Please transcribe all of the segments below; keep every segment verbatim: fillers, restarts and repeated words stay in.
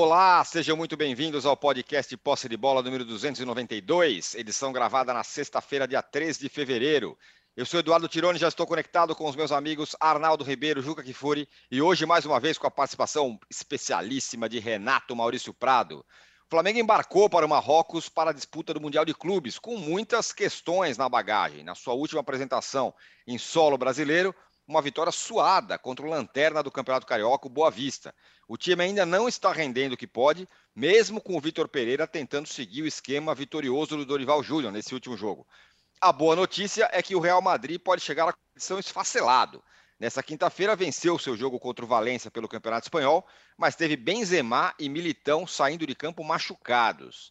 Olá, sejam muito bem-vindos ao podcast Posse de Bola número duzentos e noventa e dois, edição gravada na sexta-feira, dia três de fevereiro. Eu sou Eduardo Tironi, já estou conectado com os meus amigos Arnaldo Ribeiro, Juca Kfouri e hoje mais uma vez com a participação especialíssima de Renato Maurício Prado. O Flamengo embarcou para o Marrocos para a disputa do Mundial de Clubes, com muitas questões na bagagem. Na sua última apresentação em solo brasileiro, uma vitória suada contra o lanterna do Campeonato Carioca, o Boa Vista. O time ainda não está rendendo o que pode, mesmo com o Vitor Pereira tentando seguir o esquema vitorioso do Dorival Júnior nesse último jogo. A boa notícia é que o Real Madrid pode chegar à competição esfacelado. Nessa quinta-feira venceu o seu jogo contra o Valência pelo Campeonato Espanhol, mas teve Benzema e Militão saindo de campo machucados.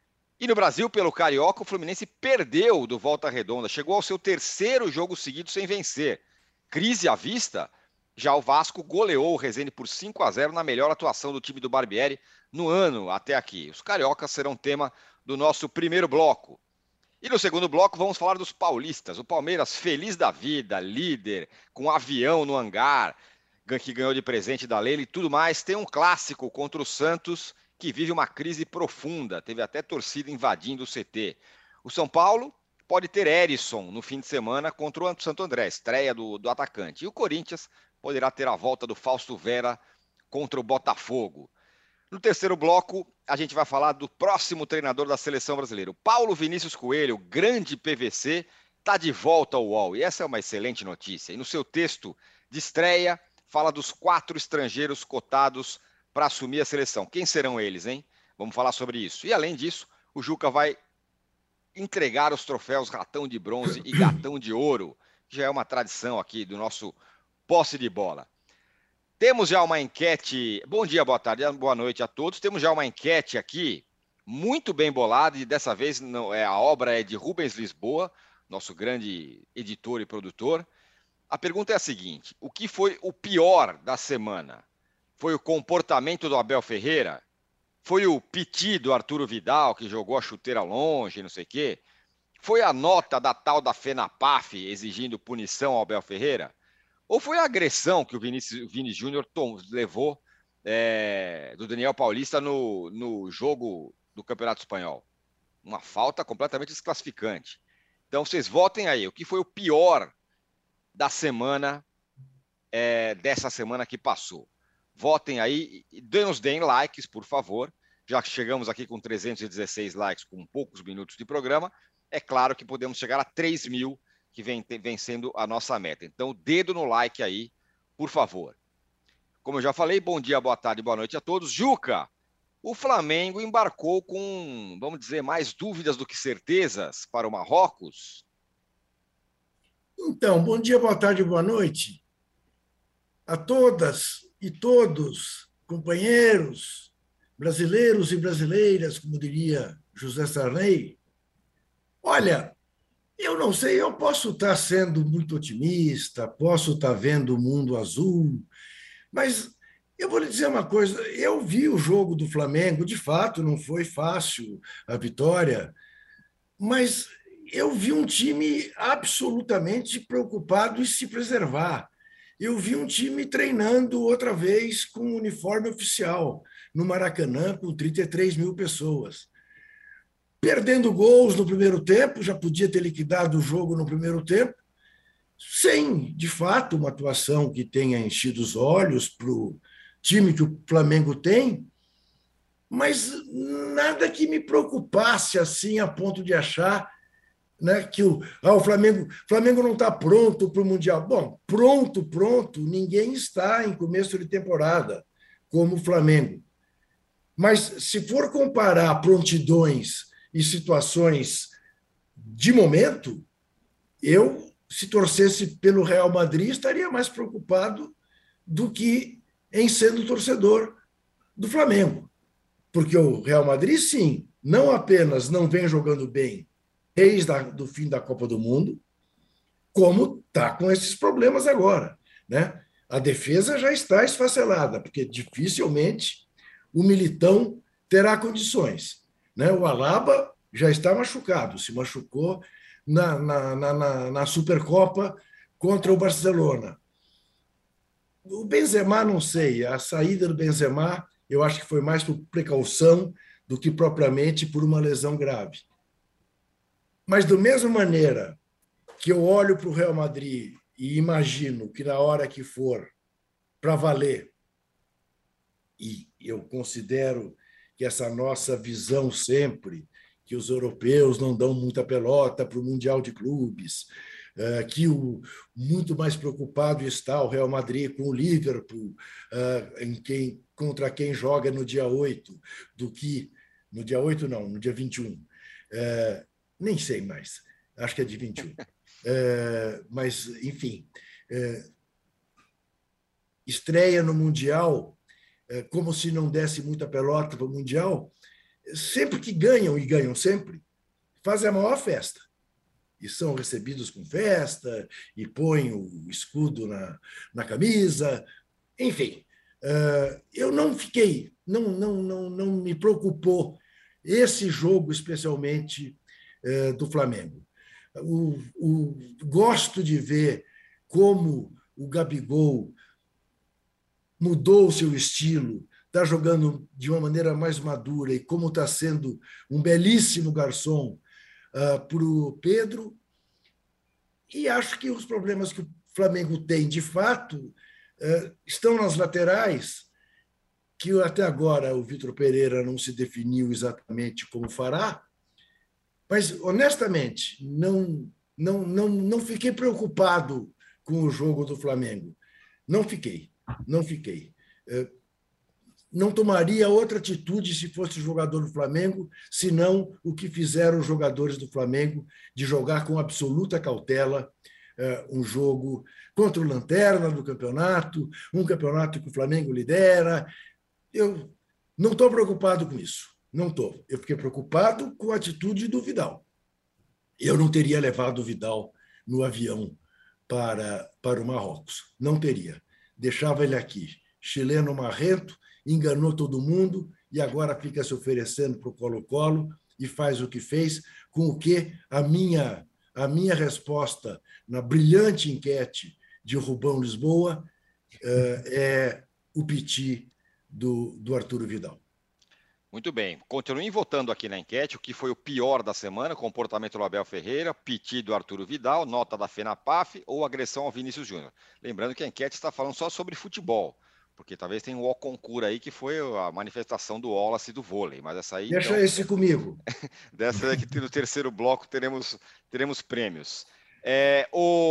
E no Brasil, pelo Carioca, o Fluminense perdeu do Volta Redonda, chegou ao seu terceiro jogo seguido sem vencer. Crise à vista? Já o Vasco goleou o Resende por cinco a zero na melhor atuação do time do Barbieri no ano até aqui. Os cariocas serão tema do nosso primeiro bloco. E no segundo bloco vamos falar dos paulistas. O Palmeiras feliz da vida, líder, com um avião no hangar, que ganhou de presente da Leila e tudo mais. Tem um clássico contra o Santos, que vive uma crise profunda. Teve até torcida invadindo o C T. O São Paulo pode ter Erisson no fim de semana contra o Santo André, estreia do, do atacante. E o Corinthians poderá ter a volta do Fausto Vera contra o Botafogo. No terceiro bloco, a gente vai falar do próximo treinador da seleção brasileira. O Paulo Vinícius Coelho, grande P V C, está de volta ao U O L. E essa é uma excelente notícia. E no seu texto de estreia, fala dos quatro estrangeiros cotados para assumir a seleção. Quem serão eles, hein? Vamos falar sobre isso. E além disso, o Juca vai entregar os troféus Ratão de Bronze e Gatão de Ouro, que já é uma tradição aqui do nosso Posse de Bola. Temos já uma enquete, bom dia, boa tarde, boa noite a todos, temos já uma enquete aqui, muito bem bolada, e dessa vez não, é, a obra é de Rubens Lisboa, nosso grande editor e produtor. A pergunta é a seguinte: o que foi o pior da semana? Foi o comportamento do Abel Ferreira? Foi o piti do Arturo Vidal, que jogou a chuteira longe, não sei o quê? Foi a nota da tal da FENAPAF exigindo punição ao Abel Ferreira? Ou foi a agressão que o Vinícius, Vini Júnior levou é, do Daniel Paulista no, no jogo do Campeonato Espanhol? Uma falta completamente desclassificante. Então, vocês votem aí. O que foi o pior da semana, é, dessa semana que passou? Votem aí e nos deem likes, por favor. Já chegamos aqui com trezentos e dezesseis likes com poucos minutos de programa. É claro que podemos chegar a três mil, que vem, vem sendo a nossa meta. Então, dedo no like aí, por favor. Como eu já falei, bom dia, boa tarde, boa noite a todos. Juca, o Flamengo embarcou com, vamos dizer, mais dúvidas do que certezas para o Marrocos? Então, bom dia, boa tarde, boa noite a todas e todos, companheiros, brasileiros e brasileiras, como diria José Sarney. Olha, eu não sei, eu posso estar sendo muito otimista, posso estar vendo o mundo azul, mas eu vou lhe dizer uma coisa, eu vi o jogo do Flamengo, de fato não foi fácil a vitória, mas eu vi um time absolutamente preocupado em se preservar. Eu vi um time treinando outra vez com uniforme oficial, no Maracanã, com trinta e três mil pessoas. Perdendo gols no primeiro tempo, já podia ter liquidado o jogo no primeiro tempo, sem, de fato, uma atuação que tenha enchido os olhos para o time que o Flamengo tem, mas nada que me preocupasse assim a ponto de achar, né, que o, ah, o Flamengo, Flamengo não está pronto para o Mundial. Bom, pronto, pronto, ninguém está em começo de temporada como o Flamengo. Mas se for comparar prontidões e situações de momento, eu, se torcesse pelo Real Madrid, estaria mais preocupado do que em sendo torcedor do Flamengo. Porque o Real Madrid, sim, não apenas não vem jogando bem desde o fim da Copa do Mundo, como está com esses problemas agora, né? A defesa já está esfacelada, porque dificilmente o Militão terá condições, né? O Alaba já está machucado, se machucou na, na, na, na Supercopa contra o Barcelona. O Benzema, não sei, a saída do Benzema Eu acho que foi mais por precaução do que propriamente por uma lesão grave. Mas, da mesma maneira que eu olho para o Real Madrid e imagino que, na hora que for para valer, e eu considero que essa nossa visão sempre, que os europeus não dão muita pelota para o Mundial de Clubes, que o muito mais preocupado está o Real Madrid com o Liverpool, em quem, contra quem joga no dia oito, do que no dia oito não, no dia vinte e um. Nem sei mais, acho que é de vinte e um. Mas, enfim, estreia no Mundial como se não desse muita pelota para o Mundial, sempre que ganham, e ganham sempre, fazem a maior festa. E são recebidos com festa, e põem o escudo na, na camisa. Enfim, eu não fiquei, não, não, não, não me preocupou esse jogo, especialmente do Flamengo. O, o, gosto de ver como o Gabigol mudou o seu estilo, está jogando de uma maneira mais madura e como está sendo um belíssimo garçom uh, para o Pedro. E acho que os problemas que o Flamengo tem, de fato, uh, estão nas laterais, que até agora o Vitor Pereira não se definiu exatamente como fará, mas, honestamente, não, não, não, não fiquei preocupado com o jogo do Flamengo. Não fiquei, não fiquei. Não tomaria outra atitude se fosse jogador do Flamengo, senão o que fizeram os jogadores do Flamengo, de jogar com absoluta cautela um jogo contra o lanterna do campeonato, um campeonato que o Flamengo lidera. Eu não estou preocupado com isso, não estou. Eu fiquei preocupado com a atitude do Vidal. Eu não teria levado o Vidal no avião para, para o Marrocos, não teria. Deixava ele aqui, chileno marrento, enganou todo mundo e agora fica se oferecendo para o Colo-Colo e faz o que fez, com o que a minha, a minha resposta na brilhante enquete de Rubão Lisboa é o piti do, do Arturo Vidal. Muito bem. Continuem votando aqui na enquete o que foi o pior da semana, comportamento do Abel Ferreira, piti do Arturo Vidal, nota da FENAPAF ou agressão ao Vinícius Júnior. Lembrando que a enquete está falando só sobre futebol, porque talvez tenha um O-Concur aí que foi a manifestação do Wallace e do vôlei, mas essa aí... Deixa então, esse comigo. Dessa daqui no terceiro bloco teremos, teremos prêmios. É,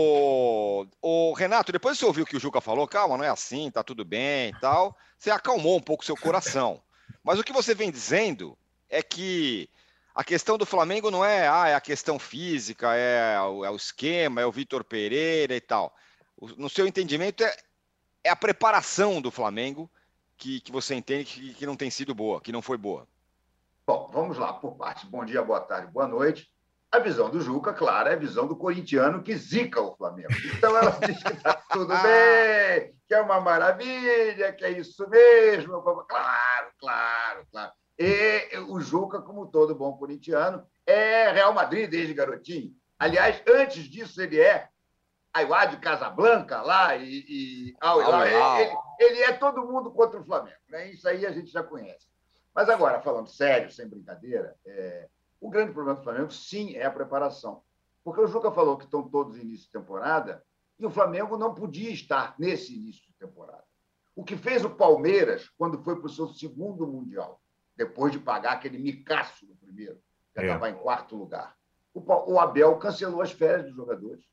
o, o Renato, depois você ouviu o que o Juca falou, calma, não é assim, tá tudo bem e tal, você acalmou um pouco o seu coração. Mas o que você vem dizendo é que a questão do Flamengo não é, ah, é a questão física, é o, é o esquema, é o Vitor Pereira e tal. O, no seu entendimento, é, é a preparação do Flamengo que, que você entende que, que não tem sido boa, que não foi boa. Bom, vamos lá, por parte. Bom dia, boa tarde, boa noite. A visão do Juca, claro, é a visão do corintiano que zica o Flamengo. Então ela diz que está tudo bem, que é uma maravilha, que é isso mesmo. Claro, claro, claro. E o Juca, como todo bom corintiano, é Real Madrid desde garotinho. Aliás, antes disso, ele é Aiuá de Casablanca lá e, e Al Hilal. Ele, ele é todo mundo contra o Flamengo, né? Isso aí a gente já conhece. Mas agora, falando sério, sem brincadeira, é... o grande problema do Flamengo, sim, é a preparação. Porque o Juca falou que estão todos em início de temporada e o Flamengo não podia estar nesse início de temporada. O que fez o Palmeiras quando foi para o seu segundo Mundial, depois de pagar aquele micaço no primeiro, que estava é. em quarto lugar. O Abel cancelou as férias dos jogadores.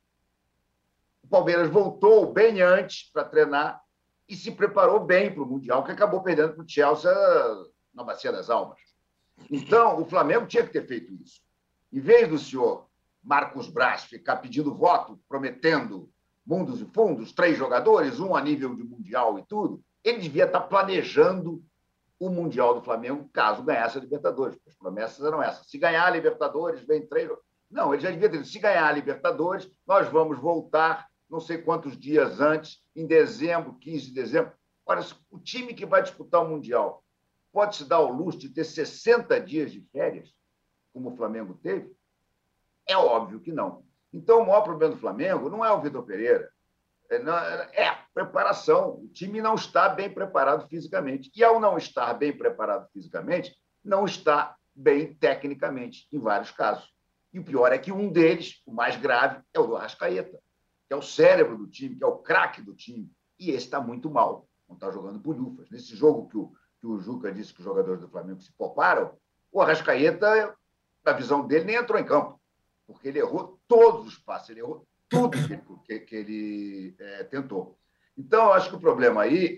O Palmeiras voltou bem antes para treinar e se preparou bem para o Mundial, que acabou perdendo para o Chelsea na Bacia das Almas. Então, o Flamengo tinha que ter feito isso. Em vez do senhor Marcos Braz ficar pedindo voto, prometendo mundos e fundos, três jogadores, um a nível de Mundial e tudo, ele devia estar planejando o Mundial do Flamengo caso ganhasse a Libertadores. As promessas eram essas. Se ganhar a Libertadores, vem três... Não, ele já devia ter dito, se ganhar a Libertadores, nós vamos voltar não sei quantos dias antes, em dezembro, quinze de dezembro. Olha, o time que vai disputar o Mundial pode se dar ao luxo de ter sessenta dias de férias, como o Flamengo teve? É óbvio que não. Então, o maior problema do Flamengo não é o Vitor Pereira. É, preparação. O time não está bem preparado fisicamente. E, ao não estar bem preparado fisicamente, não está bem tecnicamente, em vários casos. E o pior é que um deles, o mais grave, é o do Arrascaeta, que é o cérebro do time, que é o craque do time. E esse está muito mal, não está jogando bolhufas. Nesse jogo que o, que o Juca disse que os jogadores do Flamengo se pouparam, o Arrascaeta, na visão dele, nem entrou em campo, porque ele errou todos os passes, ele errou tudo que ele, que, que ele é, tentou. Então, eu acho que o problema aí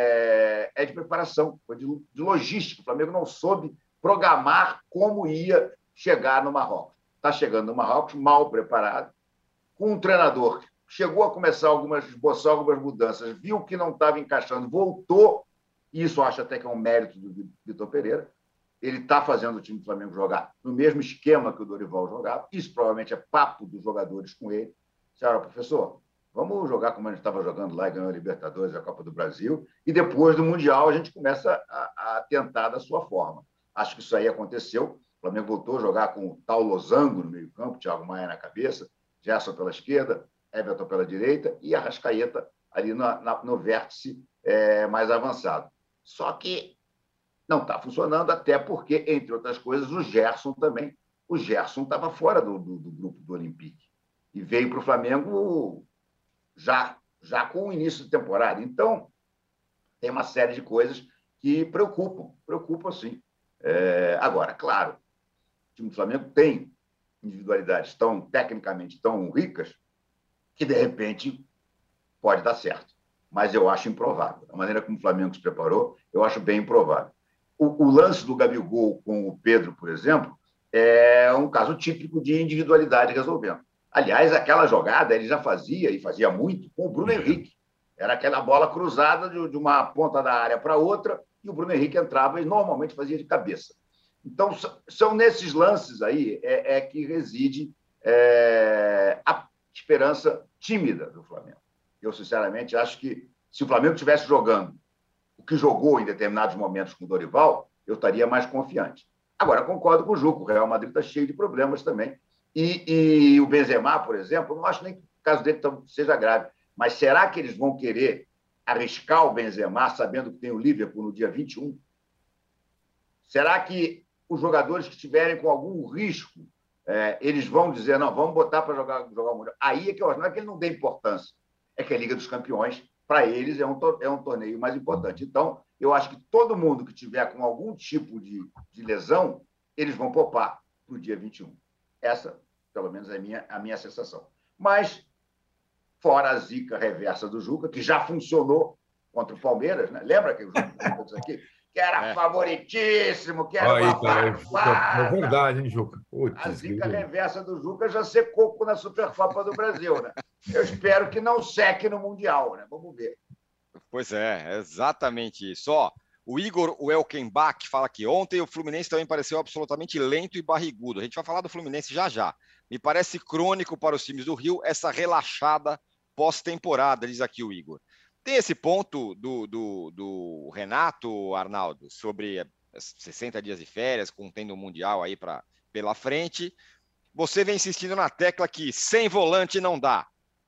é, é de preparação, de, de logística. O Flamengo não soube programar como ia chegar no Marrocos. Está chegando no Marrocos mal preparado, com um treinador que chegou a começar algumas, esboçar algumas mudanças, viu que não estava encaixando, voltou, e isso eu acho até que é um mérito do Vitor Pereira. Ele está fazendo o time do Flamengo jogar no mesmo esquema que o Dorival jogava. Isso provavelmente é papo dos jogadores com ele. Senhora, professor, vamos jogar como a gente estava jogando lá e ganhou a Libertadores, a Copa do Brasil, e depois do Mundial a gente começa a, a tentar da sua forma. Acho que isso aí aconteceu. O Flamengo voltou a jogar com o tal Losango no meio-campo, Thiago Maia na cabeça, Gerson pela esquerda, Everton pela direita e Arrascaeta ali no, na, no vértice é, mais avançado. Só que não está funcionando, até porque, entre outras coisas, o Gerson também. O Gerson estava fora do, do, do grupo do Olympique e veio para o Flamengo já, já com o início de temporada. Então, tem uma série de coisas que preocupam, preocupam sim. É, agora, claro, o time do Flamengo tem individualidades tão tecnicamente tão ricas que, de repente, pode dar certo. Mas eu acho improvável. A maneira como o Flamengo se preparou, eu acho bem improvável. O, o lance do Gabigol com o Pedro, por exemplo, é um caso típico de individualidade resolvendo. Aliás, aquela jogada ele já fazia, e fazia muito, com o Bruno Henrique. Era aquela bola cruzada de, de uma ponta da área para outra, e o Bruno Henrique entrava e normalmente fazia de cabeça. Então, são nesses lances aí é, é que reside é, a esperança tímida do Flamengo. Eu, sinceramente, acho que se o Flamengo estivesse jogando o que jogou em determinados momentos com o Dorival, eu estaria mais confiante. Agora, concordo com o Juca, o Real Madrid está cheio de problemas também. E, e o Benzema, por exemplo, não acho nem que o caso dele seja grave, mas será que eles vão querer arriscar o Benzema sabendo que tem o Liverpool no dia vinte e um? Será que os jogadores que estiverem com algum risco, é, eles vão dizer, não, vamos botar para jogar, jogar o Mundial? Aí é que eu acho, não é que ele não dê importância, é que a Liga dos Campeões, para eles, é um, é um torneio mais importante. Então, eu acho que todo mundo que tiver com algum tipo de, de lesão, eles vão poupar para o dia vinte e um. Essa, pelo menos, é a minha, a minha sensação. Mas, fora a zica reversa do Juca, que já funcionou contra o Palmeiras, né? Lembra que o Juca disse aqui? Que era é. favoritíssimo, que era aí, uma farpada. É verdade, hein, Juca? Putz, a zica reversa do Juca já secou na Supercopa do Brasil, né? Eu espero que não seque no Mundial, né? Vamos ver. Pois é, exatamente isso. Ó, o Igor Welkenbach fala que ontem o Fluminense também pareceu absolutamente lento e barrigudo. A gente vai falar do Fluminense já já. Me parece crônico para os times do Rio essa relaxada pós-temporada, diz aqui o Igor. Tem esse ponto do, do, do Renato, Arnaldo, sobre sessenta dias de férias, contendo o Mundial aí pra, pela frente. Você vem insistindo na tecla que sem volante não dá.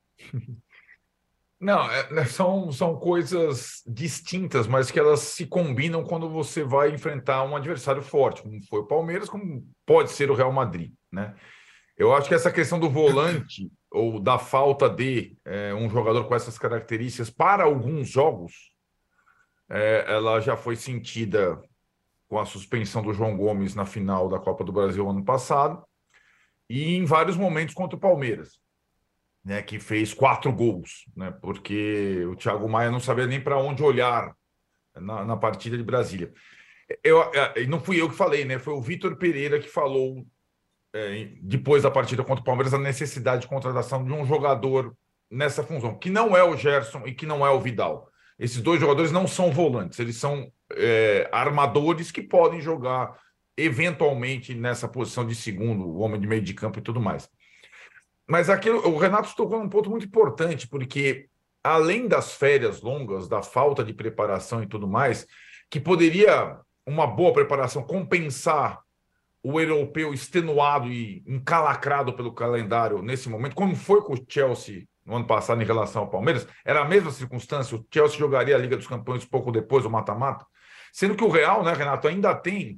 Não, é, são, são coisas distintas, mas que elas se combinam quando você vai enfrentar um adversário forte, como foi o Palmeiras, como pode ser o Real Madrid, né? Eu acho que essa questão do volante ou da falta de é, um jogador com essas características para alguns jogos, é, ela já foi sentida com a suspensão do João Gomes na final da Copa do Brasil ano passado e em vários momentos contra o Palmeiras, né, que fez quatro gols, né, porque o Thiago Maia não sabia nem para onde olhar na, na partida de Brasília. Eu, eu, não fui eu que falei, né, foi o Vitor Pereira que falou É, depois da partida contra o Palmeiras, a necessidade de contratação de um jogador nessa função, que não é o Gerson e que não é o Vidal. Esses dois jogadores não são volantes, eles são é, armadores que podem jogar eventualmente nessa posição de segundo, o homem de meio de campo e tudo mais. Mas aqui o Renato tocou num ponto muito importante, porque além das férias longas, da falta de preparação e tudo mais, que poderia uma boa preparação compensar o europeu extenuado e encalacrado pelo calendário nesse momento, como foi com o Chelsea no ano passado em relação ao Palmeiras? Era a mesma circunstância? O Chelsea jogaria a Liga dos Campeões pouco depois, o mata-mata? Sendo que o Real, né, Renato, ainda tem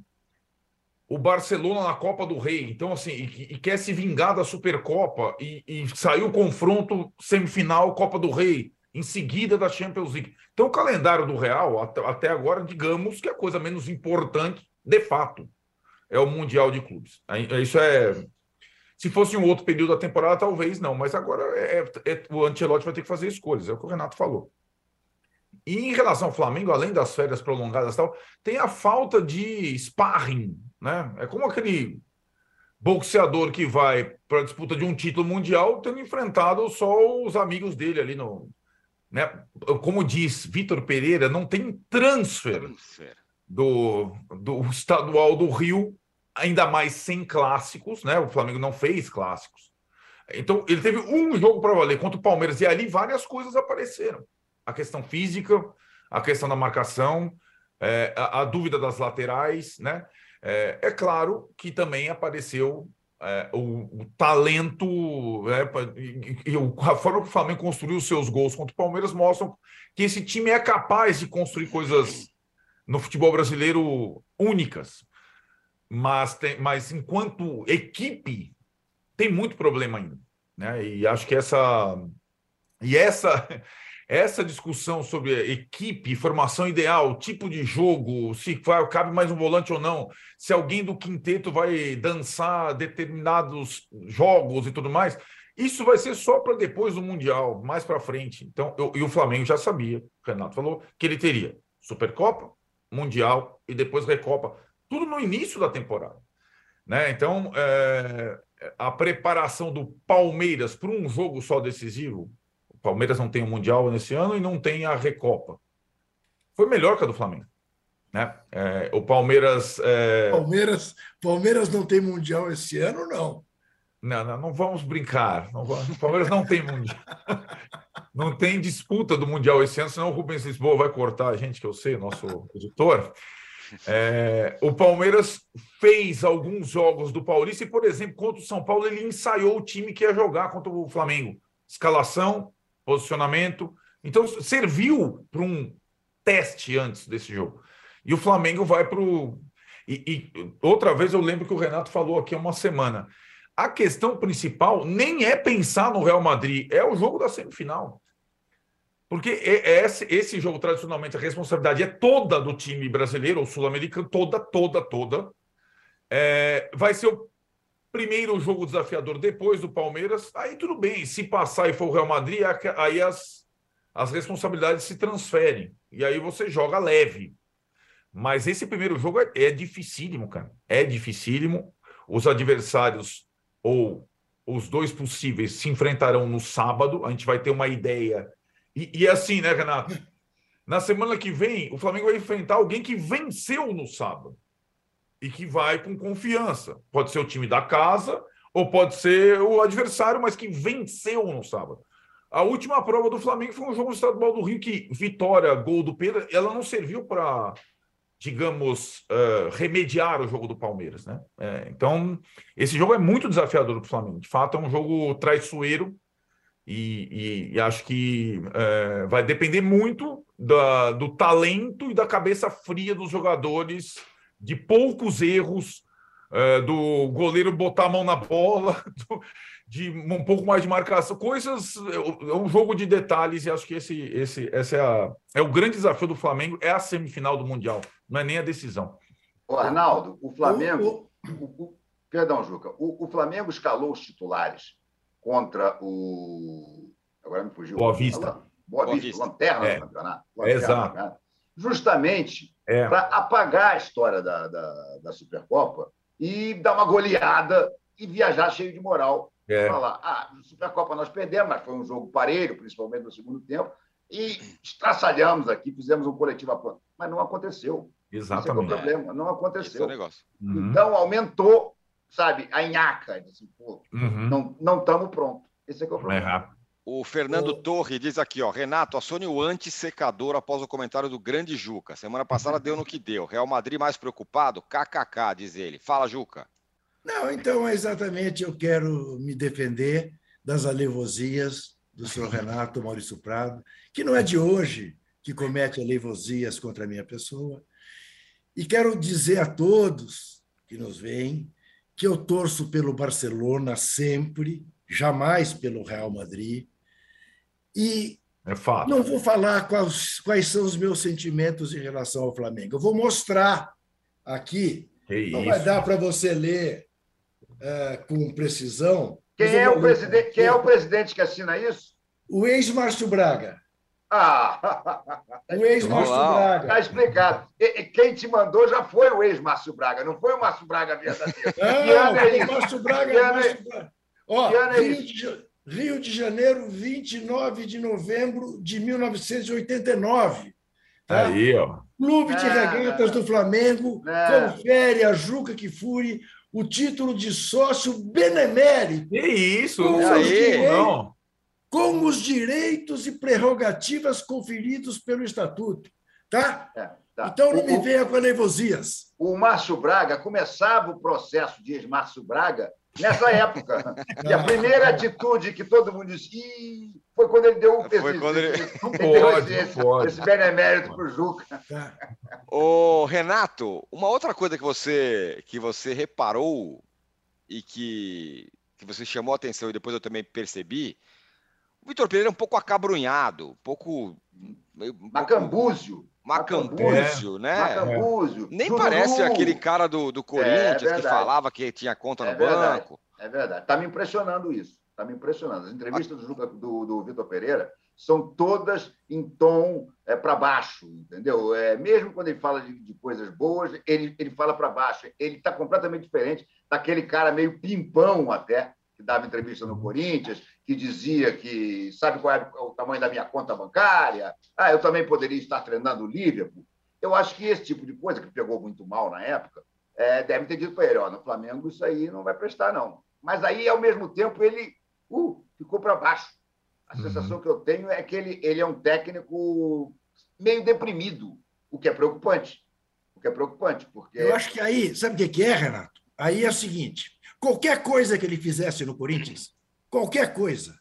o Barcelona na Copa do Rei. Então, assim, e, e quer se vingar da Supercopa e, e saiu o confronto semifinal Copa do Rei, em seguida da Champions League. Então, o calendário do Real, até, até agora, digamos que a coisa menos importante, de fato, é o Mundial de Clubes. Isso é... Se fosse um outro período da temporada, talvez não, mas agora é, é, o Ancelotti vai ter que fazer escolhas, é o que o Renato falou. E em relação ao Flamengo, além das férias prolongadas e tal, tem a falta de sparring, né? É como aquele boxeador que vai para a disputa de um título mundial tendo enfrentado só os amigos dele ali no... Né? Como diz Vitor Pereira, não tem transfer, transfer. Do, do estadual do Rio, ainda mais sem clássicos, né? O Flamengo não fez clássicos. Então, ele teve um jogo para valer contra o Palmeiras, e ali várias coisas apareceram. A questão física, a questão da marcação, é, a, a dúvida das laterais, né? É, é claro que também apareceu é, o, o talento, né? e, e a forma que o Flamengo construiu os seus gols contra o Palmeiras mostram que esse time é capaz de construir coisas no futebol brasileiro únicas. Mas, tem, mas enquanto equipe, tem muito problema ainda, né? E acho que essa e essa essa discussão sobre equipe, formação ideal, tipo de jogo, se vai, cabe mais um volante ou não, se alguém do quinteto vai dançar determinados jogos e tudo mais, isso vai ser só para depois do Mundial, mais para frente. Então, eu, e o Flamengo já sabia, o Renato falou, que ele teria Supercopa, Mundial e depois Recopa, tudo no início da temporada, né? Então, é, a preparação do Palmeiras para um jogo só decisivo, o Palmeiras não tem o Mundial nesse ano e não tem a Recopa, foi melhor que a do Flamengo, né? É, o Palmeiras, é... Palmeiras... Palmeiras não tem Mundial esse ano, não? Não, não, não vamos brincar. Não vamos... O Palmeiras não tem Mundial. Não tem disputa do Mundial esse ano, senão o Rubens Lisboa vai cortar a gente, que eu sei, nosso editor. É, o Palmeiras fez alguns jogos do Paulista e, por exemplo, contra o São Paulo, ele ensaiou o time que ia jogar contra o Flamengo. Escalação, posicionamento. Então, serviu para um teste antes desse jogo. E o Flamengo vai para o... E, e outra vez eu lembro que o Renato falou aqui há uma semana. A questão principal nem é pensar no Real Madrid, é o jogo da semifinal. Porque esse, esse jogo, tradicionalmente, a responsabilidade é toda do time brasileiro ou sul-americano, toda, toda, toda. É, vai ser o primeiro jogo desafiador depois do Palmeiras. Aí tudo bem, se passar e for o Real Madrid, aí as, as responsabilidades se transferem. E aí você joga leve. Mas esse primeiro jogo é, é dificílimo, cara. É dificílimo. Os adversários, ou os dois possíveis, se enfrentarão no sábado. A gente vai ter uma ideia... E, e assim, né, Renato? Na semana que vem, o Flamengo vai enfrentar alguém que venceu no sábado e que vai com confiança. Pode ser o time da casa ou pode ser o adversário, mas que venceu no sábado. A última prova do Flamengo foi um jogo no Estadual do Rio que, vitória, gol do Pedro, ela não serviu para, digamos, uh, remediar o jogo do Palmeiras, né? É, então, esse jogo é muito desafiador para o Flamengo. De fato, é um jogo traiçoeiro. E, e, e acho que é, vai depender muito da, do talento e da cabeça fria dos jogadores, de poucos erros, é, do goleiro botar a mão na bola, do, de um pouco mais de marcação, coisas. É um jogo de detalhes, e acho que esse, esse esse é, a, é o grande desafio do Flamengo, é a semifinal do Mundial, não é nem a decisão. Ô, Arnaldo, o Flamengo. O, o, perdão, Juca, o, o Flamengo escalou os titulares contra o... Agora me fugiu. Boa Vista. Boa, Boa Vista, Vista. Lanterna é. do campeonato. Lanterna, é, exato. Né? Justamente é. para apagar a história da, da, da Supercopa e dar uma goleada e viajar cheio de moral. É. Falar, ah, Supercopa nós perdemos, mas foi um jogo parelho, principalmente no segundo tempo, e estraçalhamos aqui, fizemos um coletivo a pronto. Mas não aconteceu. Exatamente. Esse é o problema, não aconteceu. Esse é o negócio. Uhum. Então, aumentou, sabe, a nhaca. Assim, pô, uhum. não estamos prontos. Esse é que é o problema. É. O Fernando o... Torre diz aqui, ó, Renato, acione o anti-secador após o comentário do grande Juca. Semana passada deu no que deu. Real Madrid mais preocupado? K K K, diz ele. Fala, Juca. Não, então, exatamente, eu quero me defender das alevosias do senhor Renato Maurício Prado, que não é de hoje que comete aleivosias contra a minha pessoa. E quero dizer a todos que nos veem que eu torço pelo Barcelona sempre, jamais pelo Real Madrid. E É fato. não vou falar quais, quais são os meus sentimentos em relação ao Flamengo. Eu vou mostrar aqui. Que Não isso. vai dar para você ler uh, com precisão. Quem é, o presidente, quem é o presidente que assina isso? O ex-Márcio Braga. Ah! O ex-Márcio Braga. Está explicado. E, e quem te mandou já foi o ex-Márcio Braga, não foi o Márcio Braga verdadeiro. Não, é o Márcio Braga. Que Márcio Braga. Ó, é Rio, de, Rio de Janeiro, vinte e nove de novembro de mil novecentos e oitenta e nove. Tá? Aí, ó. Clube de Não, Regatas não. do Flamengo, Não. confere a Juca Kfouri o título de sócio benemérito. Que isso? Com Não os, sabia, direitos, não. com os direitos e prerrogativas conferidos pelo Estatuto. Tá? É, tá. Então não O- me o- venha com aleivosias. O Márcio Braga começava o processo de ex-Márcio Braga nessa época. E a primeira atitude que todo mundo disse "Ih", foi quando ele deu Foi esse, quando ele- esse, Não ele deu pode, esse, não pode. esse benemérito para o Juca. Tá? Ô, Renato, uma outra coisa que você, que você reparou e que, que você chamou a atenção e depois eu também percebi, o Vitor Pereira é um pouco acabrunhado, um pouco... meio- um pouco Macambúzio. Macambúzio, né? Macambúzio. Nem Jururu. parece aquele cara do, do Corinthians que verdade. falava que tinha conta É no verdade. banco. É verdade. Está me impressionando isso. Está me impressionando. As entrevistas do, Juca- do, do Vitor Pereira são todas em tom é, para baixo, entendeu? É, mesmo quando ele fala de, de coisas boas, ele, ele fala para baixo. Ele está completamente diferente daquele cara meio pimpão até, que dava entrevista no Corinthians, que dizia que sabe qual é o tamanho da minha conta bancária? Ah, eu também poderia estar treinando o Liverpool. Eu acho que esse tipo de coisa, que pegou muito mal na época, é, deve ter dito para ele, ó, no Flamengo isso aí não vai prestar, não. Mas aí, ao mesmo tempo, ele uh, ficou para baixo. A sensação Uhum. que eu tenho é que ele, ele é um técnico meio deprimido, o que é preocupante. O que é preocupante, porque... Eu acho que aí, sabe o que que é, Renato? Aí é o seguinte: qualquer coisa que ele fizesse no Corinthians, qualquer coisa,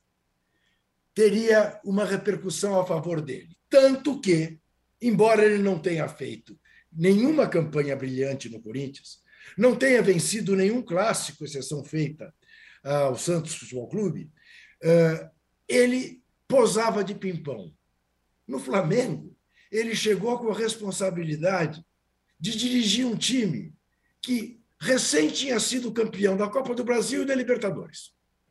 teria uma repercussão a favor dele. Tanto que, embora ele não tenha feito nenhuma campanha brilhante no Corinthians, não tenha vencido nenhum clássico, exceção feita ao Santos Futebol Clube, eh, ele posava de pimpão. No Flamengo, ele chegou com a responsabilidade de dirigir um time que recém tinha sido campeão da Copa do Brasil e da Libertadores.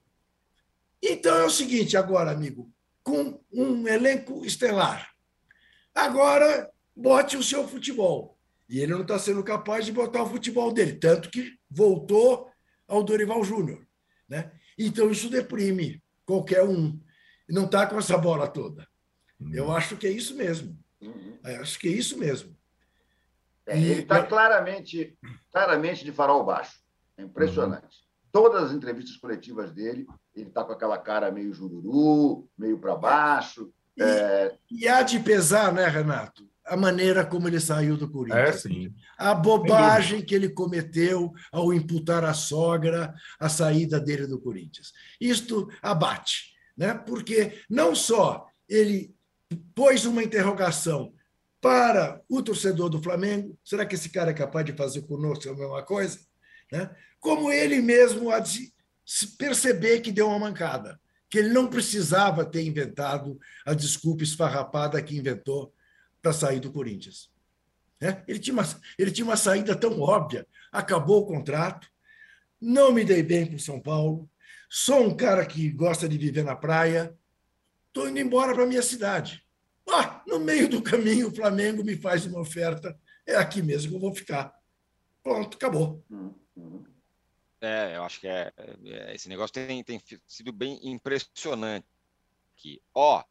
Então é o seguinte agora, amigo, com um elenco estelar. Agora, bote o seu futebol. E ele não está sendo capaz de botar o futebol dele, tanto que voltou ao Dorival Júnior, né? Então isso deprime qualquer um. Não está com essa bola toda. Eu acho que é isso mesmo. Uhum. Eu acho que é isso mesmo. É, ele está claramente, claramente de farol baixo. É impressionante. Todas as entrevistas coletivas dele, ele está com aquela cara meio jururu, meio para baixo. E, É... e há de pesar, né, Renato, a maneira como ele saiu do É, Corinthians. sim. A bobagem que ele cometeu ao imputar à sogra a saída dele do Corinthians. Isto abate, né? Porque não só ele pôs uma interrogação para o torcedor do Flamengo, será que esse cara é capaz de fazer conosco a mesma coisa? Né? Como ele mesmo há de perceber que deu uma mancada, que ele não precisava ter inventado a desculpa esfarrapada que inventou para sair do Corinthians. Né? Ele tinha uma, ele tinha uma saída tão óbvia, acabou o contrato, não me dei bem com São Paulo, sou um cara que gosta de viver na praia, estou indo embora para a minha cidade. Ah, no meio do caminho, o Flamengo me faz uma oferta, é aqui mesmo que eu vou ficar. Pronto, acabou. Uhum. É, eu acho que é, é, esse negócio tem, tem sido bem impressionante aqui. Ó,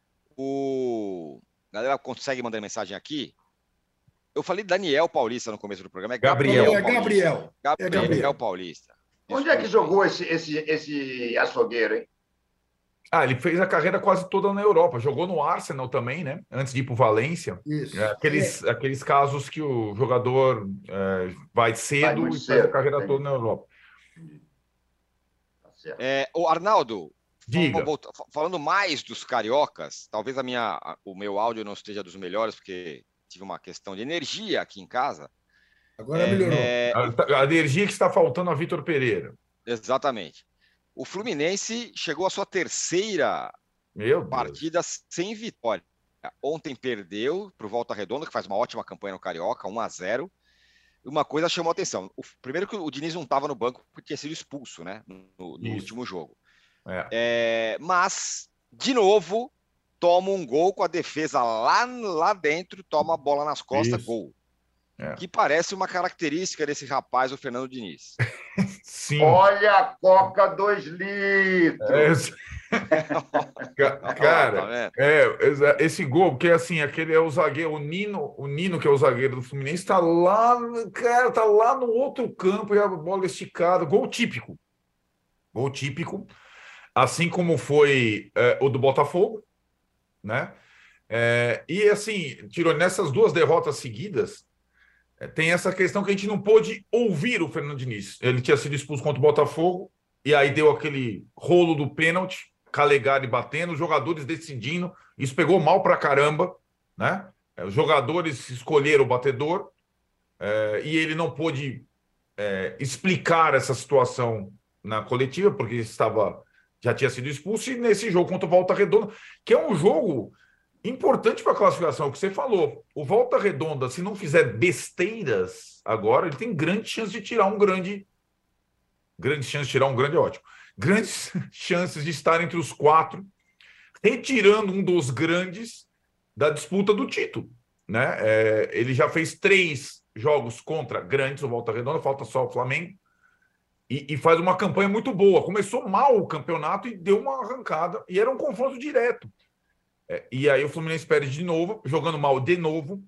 o... A galera consegue mandar mensagem aqui? Eu falei Daniel Paulista no começo do programa. É Gabriel. É Gabriel. Gabriel, É Gabriel. Paulista. Onde é que jogou esse, esse, esse açougueiro, hein? Ah, ele fez a carreira quase toda na Europa. Jogou no Arsenal também, né? Antes de ir para o Valência. Isso. É, aqueles, aqueles casos que o jogador é, vai cedo muito e faz a cedo, carreira entendi. toda na Europa. Tá certo. É, o Arnaldo, Diga. Falando mais dos cariocas, talvez a minha, o meu áudio não esteja dos melhores, porque tive uma questão de energia aqui em casa. Agora melhorou. É, a, a energia que está faltando a Vitor Pereira. Exatamente. O Fluminense chegou à sua terceira Meu partida Deus. sem vitória. Ontem perdeu para o Volta Redonda, que faz uma ótima campanha no Carioca, um a zero. Uma coisa chamou a atenção. O, primeiro que o Diniz não estava no banco porque tinha sido expulso, né? No, no último jogo. É. É, mas, de novo, toma um gol com a defesa lá, lá dentro, toma a bola nas costas, Isso. gol. É. Que parece uma característica desse rapaz, o Fernando Diniz. Sim. Olha a Coca dois litros. É... Cara, é, esse gol, porque assim, aquele é o zagueiro, o Nino, o Nino, que é o zagueiro do Fluminense, tá lá, cara, tá lá no outro campo e a bola esticada. Gol típico. Gol típico. Assim como foi é, o do Botafogo, né? É, e assim, tirou nessas duas derrotas seguidas, é, tem essa questão que a gente não pôde ouvir o Fernando Diniz. Ele tinha sido expulso contra o Botafogo, e aí deu aquele rolo do pênalti, Calegari batendo, os jogadores decidindo. Isso pegou mal pra caramba, né? É, os jogadores escolheram o batedor, é, e ele não pôde é, explicar essa situação na coletiva, porque estava. Já tinha sido expulso, e nesse jogo contra o Volta Redonda, que é um jogo importante para a classificação, o que você falou. O Volta Redonda, se não fizer besteiras agora, ele tem grande chance de tirar um grande... Grande chance de tirar um grande, ótimo. Grandes chances de estar entre os quatro, retirando um dos grandes da disputa do título, né? É, ele já fez três jogos contra grandes, o Volta Redonda, falta só o Flamengo. E, e faz uma campanha muito boa. Começou mal o campeonato e deu uma arrancada. E era um confronto direto. É, e aí o Fluminense perde de novo, jogando mal de novo.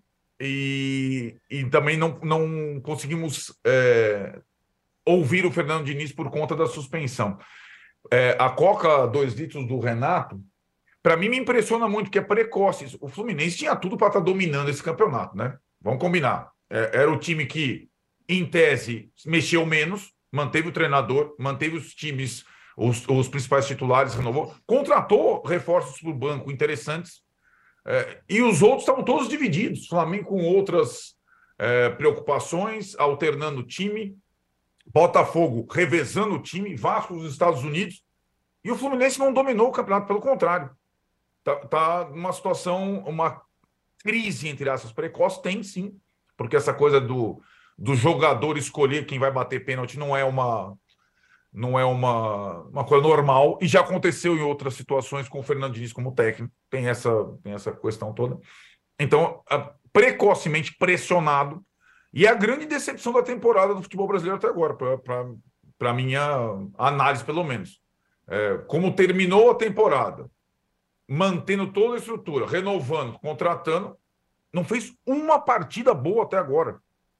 E, e também não, não conseguimos é, ouvir o Fernando Diniz por conta da suspensão. É, a Coca dois litros do Renato, para mim me impressiona muito, que é precoce. O Fluminense tinha tudo para estar dominando esse campeonato, né? Vamos combinar. É, era o time que, em tese, mexeu menos, manteve o treinador, manteve os times, os, os principais titulares, renovou, contratou reforços para o banco interessantes, é, e os outros estavam todos divididos. Flamengo com outras é, preocupações, alternando o time, Botafogo revezando o time, Vasco nos Estados Unidos, e o Fluminense não dominou o campeonato, pelo contrário. Está tá numa situação, uma crise, entre aspas, precoce, tem sim, porque essa coisa do do jogador escolher quem vai bater pênalti não é uma não é uma, uma coisa normal, e já aconteceu em outras situações com o Fernando Diniz como técnico, tem essa, tem essa questão toda. Então, precocemente pressionado, e a grande decepção da temporada do futebol brasileiro até agora, para a minha análise, pelo menos. É, como terminou a temporada, mantendo toda a estrutura, renovando, contratando, não fez uma partida boa até agora.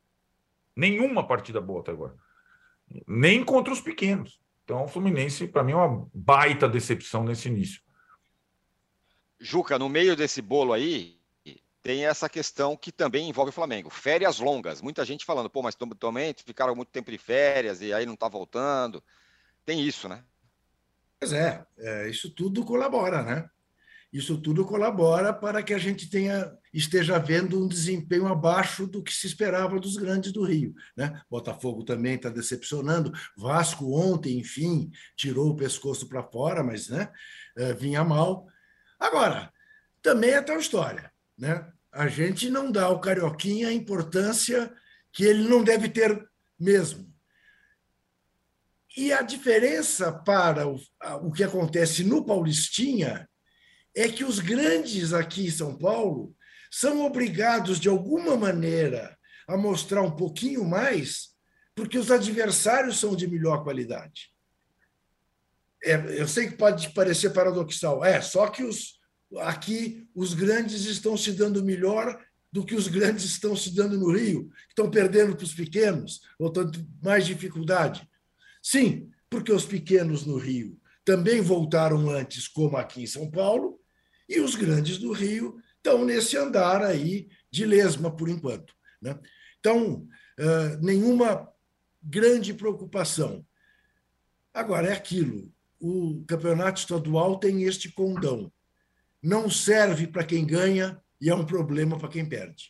Nenhuma partida boa até agora. Nem contra os pequenos. Então, o Fluminense, para mim, é uma baita decepção nesse início. Juca, no meio desse bolo aí, tem essa questão que também envolve o Flamengo. Férias longas. Muita gente falando, pô, mas também ficaram muito tempo de férias e aí não está voltando. Tem isso, né? Pois é, é, isso tudo colabora, né? Isso tudo colabora para que a gente tenha, esteja vendo um desempenho abaixo do que se esperava dos grandes do Rio, né? Botafogo também está decepcionando. Vasco ontem, enfim, tirou o pescoço para fora, mas, né, vinha mal. Agora, também é tal história, né? A gente não dá ao Carioquinha a importância que ele não deve ter mesmo. E a diferença para o, o que acontece no Paulistinha é que os grandes aqui em São Paulo são obrigados, de alguma maneira, a mostrar um pouquinho mais, porque os adversários são de melhor qualidade. É, eu sei que pode parecer paradoxal, é, só que os, aqui os grandes estão se dando melhor do que os grandes estão se dando no Rio, estão perdendo para os pequenos, ou estão com mais dificuldade. Sim, porque os pequenos no Rio também voltaram antes, como aqui em São Paulo, e os grandes do Rio estão nesse andar aí de lesma, por enquanto, né? Então, uh, nenhuma grande preocupação. Agora, é aquilo. o campeonato estadual tem este condão. Não serve para quem ganha e é um problema para quem perde.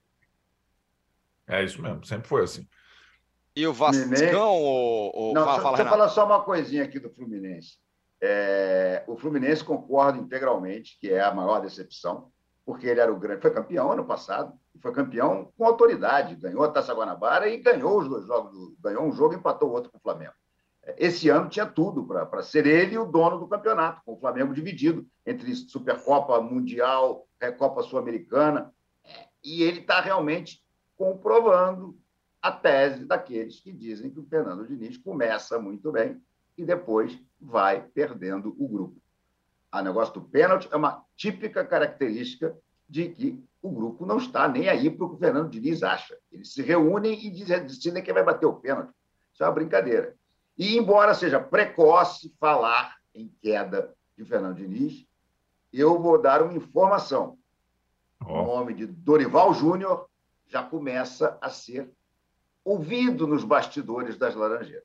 É isso mesmo, sempre foi assim. E o Vascão, ou, ou... Não, fala, deixa, fala, deixa eu Renato. falar só uma coisinha aqui do Fluminense. É, o Fluminense concorda integralmente que é a maior decepção, porque ele era o grande, foi campeão ano passado, foi campeão com autoridade, ganhou a Taça Guanabara e ganhou os dois jogos, ganhou um jogo e empatou o outro com o Flamengo. Esse ano tinha tudo para ser ele o dono do campeonato, com o Flamengo dividido entre Supercopa Mundial, Recopa Sul-Americana, e ele está realmente comprovando a tese daqueles que dizem que o Fernando Diniz começa muito bem e depois vai perdendo o grupo. O negócio do pênalti é uma típica característica de que o grupo não está nem aí para o que o Fernando Diniz acha. Eles se reúnem e decidem quem vai bater o pênalti. Isso é uma brincadeira. E, embora seja precoce falar em queda de Fernando Diniz, eu vou dar uma informação. Oh. O nome de Dorival Júnior já começa a ser ouvido nos bastidores das Laranjeiras.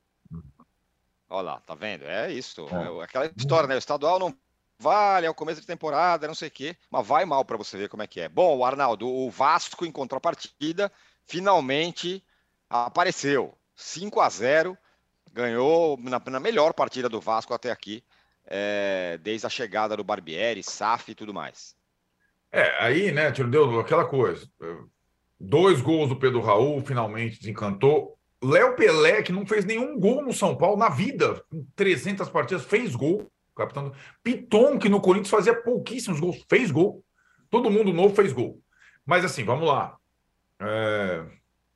Olha lá, tá vendo? É isso. É aquela história, né? O estadual não vale, é o começo de temporada, não sei o quê, mas vai mal para você ver como é que é. Bom, Arnaldo, o Vasco, em contrapartida, finalmente apareceu. cinco a zero, ganhou na, na melhor partida do Vasco até aqui, é, desde a chegada do Barbieri, S A F e tudo mais. É, aí, né, tio, deu aquela coisa. Dois gols do Pedro Raul, finalmente desencantou. Léo Pelé, que não fez nenhum gol no São Paulo na vida, em trezentas partidas, fez gol. Capitão Piton, que no Corinthians fazia pouquíssimos gols, fez gol. Todo mundo novo fez gol. Mas assim, vamos lá. É...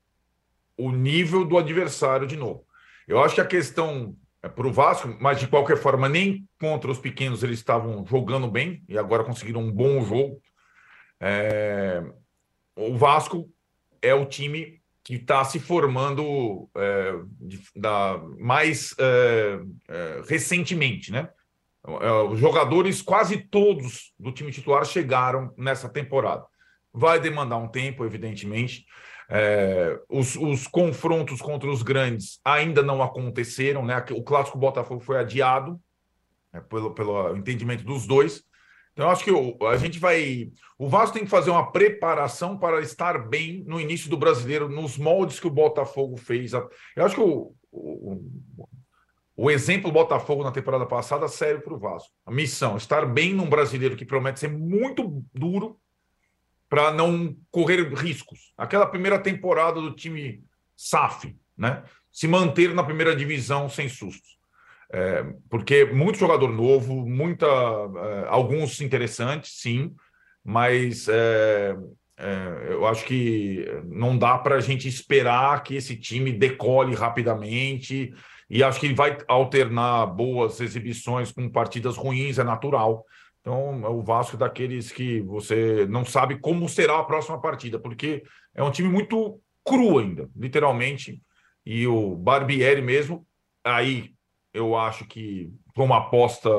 O nível do adversário de novo. Eu acho que a questão é para o Vasco, mas de qualquer forma, nem contra os pequenos eles estavam jogando bem e agora conseguiram um bom jogo. É... O Vasco é o time que está se formando é, de, da, mais é, é, recentemente, né? Os jogadores, quase todos do time titular chegaram nessa temporada. Vai demandar um tempo, evidentemente. É, os, os confrontos contra os grandes ainda não aconteceram, né? O clássico Botafogo foi adiado, né, pelo, pelo entendimento dos dois. Então, eu acho que o, a gente vai... O Vasco tem que fazer uma preparação para estar bem no início do Brasileiro, nos moldes que o Botafogo fez. Eu acho que o, o, o exemplo Botafogo na temporada passada serve para o Vasco. A missão, estar bem num Brasileiro que promete ser muito duro para não correr riscos. Aquela primeira temporada do time S A F, né? Se manter na primeira divisão sem sustos. É, porque muito jogador novo, muita, é, alguns interessantes, sim, mas é, é, eu acho que não dá para a gente esperar que esse time decole rapidamente, e acho que ele vai alternar boas exibições com partidas ruins, é natural. Então, é o Vasco daqueles que você não sabe como será a próxima partida, porque é um time muito cru ainda, literalmente, e o Barbieri mesmo, aí eu acho que foi uma aposta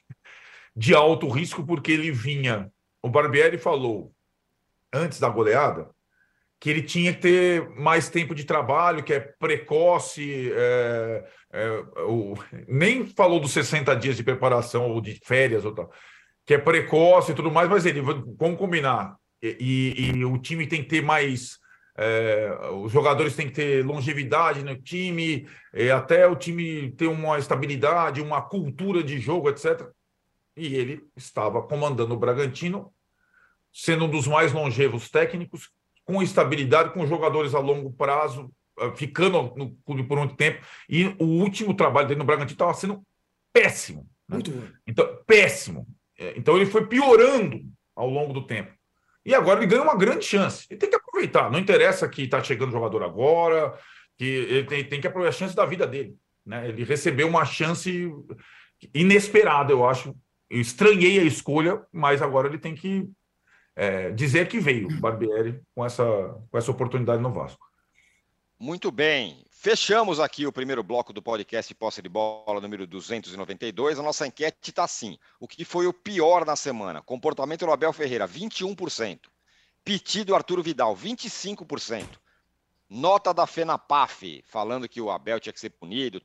de alto risco, porque ele vinha... O Barbieri falou, antes da goleada, que ele tinha que ter mais tempo de trabalho, que é precoce, é, é, o, nem falou dos sessenta dias de preparação ou de férias, ou tal, que é precoce e tudo mais, mas ele, vamos combinar, e, e, e o time tem que ter mais... É, os jogadores têm que ter longevidade no time, é, até o time ter uma estabilidade, uma cultura de jogo, etcétera. E ele estava comandando o Bragantino, sendo um dos mais longevos técnicos, com estabilidade, com jogadores a longo prazo, ficando no clube por muito tempo. E o último trabalho dele no Bragantino estava sendo péssimo. Né? Muito bom. Então, péssimo. Então, ele foi piorando ao longo do tempo. E agora ele ganha uma grande chance. Ele tem que aproveitar. Não interessa que está chegando jogador agora, que ele tem, tem que aproveitar a chance da vida dele. Né? Ele recebeu uma chance inesperada, eu acho. Eu estranhei a escolha, mas agora ele tem que é, dizer que veio o Barbieri com essa, com essa oportunidade no Vasco. Muito bem. Fechamos aqui o primeiro bloco do podcast Posse de Bola número duzentos e noventa e dois. A nossa enquete está assim. O que foi o pior na semana? Comportamento do Abel Ferreira, vinte e um por cento. Piti do Arturo Vidal, vinte e cinco por cento. Nota da FENAPAF, falando que o Abel tinha que ser punido e tal,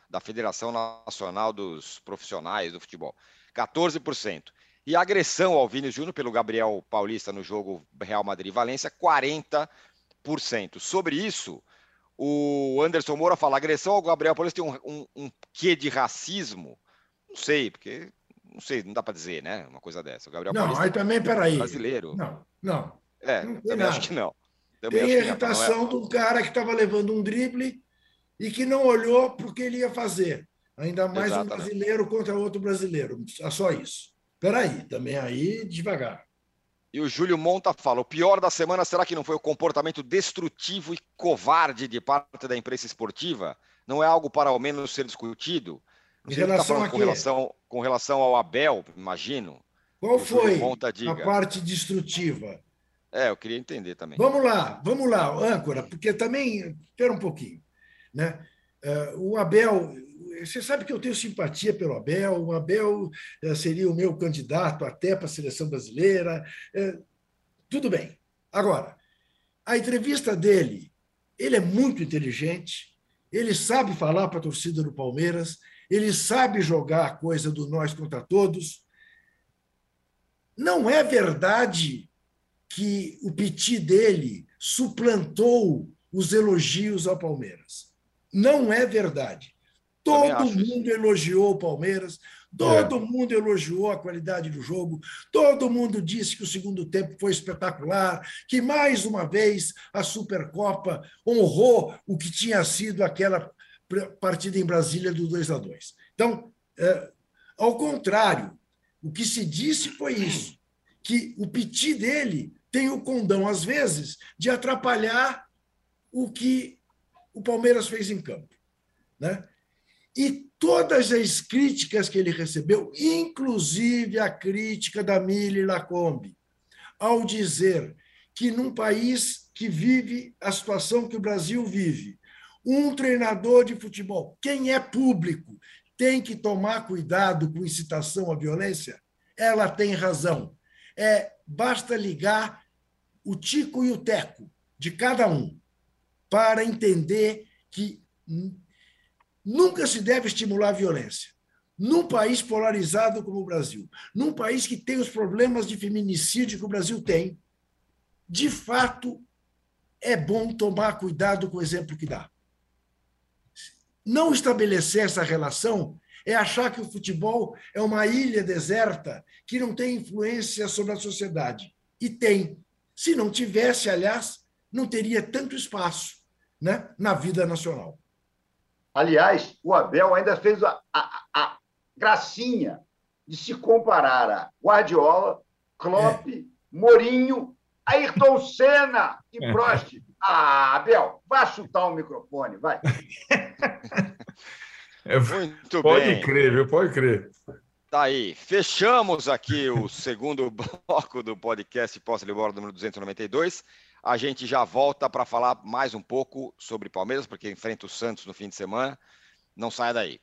da Federação Nacional dos Profissionais do Futebol, quatorze por cento. E a agressão ao Vinícius Júnior pelo Gabriel Paulista no jogo Real Madrid-Valência, quarenta por cento. Sobre isso, o Anderson Moura fala, a agressão ao Gabriel Paulista tem um, um, um quê de racismo? Não sei, porque... Não sei, não dá para dizer, né? Uma coisa dessa. O Gabriel não, Paulista aí também, peraí. brasileiro. Não, não. É, não também nada. acho que não. Também Tem acho a irritação não, não é... de um cara que estava levando um drible e que não olhou para o que ele ia fazer. Ainda mais Exatamente. Um brasileiro contra outro brasileiro. É só isso. Peraí, também aí, devagar. E o Júlio Monta fala, o pior da semana, será que não foi o comportamento destrutivo e covarde de parte da imprensa esportiva? Não é algo para ao menos ser discutido? Não sei se está falando com relação, com relação ao Abel, imagino. Qual foi a parte destrutiva? É, eu queria entender também. Vamos lá, vamos lá, âncora, porque também... Espera um pouquinho. Né? O Abel... Você sabe que eu tenho simpatia pelo Abel. O Abel seria o meu candidato até para a seleção brasileira. Tudo bem. Agora, a entrevista dele, ele é muito inteligente, ele sabe falar para a torcida do Palmeiras, ele sabe jogar a coisa do nós contra todos. Não é verdade que o piti dele suplantou os elogios ao Palmeiras. Não é verdade. Todo mundo elogiou o Palmeiras, todo é. mundo elogiou a qualidade do jogo, todo mundo disse que o segundo tempo foi espetacular, que, mais uma vez, a Supercopa honrou o que tinha sido aquela partida em Brasília do dois a dois. Então, é, ao contrário, o que se disse foi isso, que o piti dele tem o condão, às vezes, de atrapalhar o que o Palmeiras fez em campo. Né? E todas as críticas que ele recebeu, inclusive a crítica da Mili Lacombe, ao dizer que num país que vive a situação que o Brasil vive, um treinador de futebol, quem é público, tem que tomar cuidado com incitação à violência, ela tem razão. É, basta ligar o tico e o teco de cada um para entender que nunca se deve estimular a violência. Num país polarizado como o Brasil, num país que tem os problemas de feminicídio que o Brasil tem, de fato, é bom tomar cuidado com o exemplo que dá. Não estabelecer essa relação é achar que o futebol é uma ilha deserta que não tem influência sobre a sociedade. E tem. Se não tivesse, aliás, não teria tanto espaço, né, na vida nacional. Aliás, o Abel ainda fez a, a, a gracinha de se comparar a Guardiola, Klopp, é. Mourinho, Ayrton Senna e é. Prost. Ah, Abel, vai chutar o microfone, vai. É, muito pode bem. crer, viu? Pode crer. Tá aí. Fechamos aqui o segundo bloco do podcast Posse de Bola número duzentos e noventa e dois. A gente já volta para falar mais um pouco sobre Palmeiras, porque enfrenta o Santos no fim de semana. Não saia daí.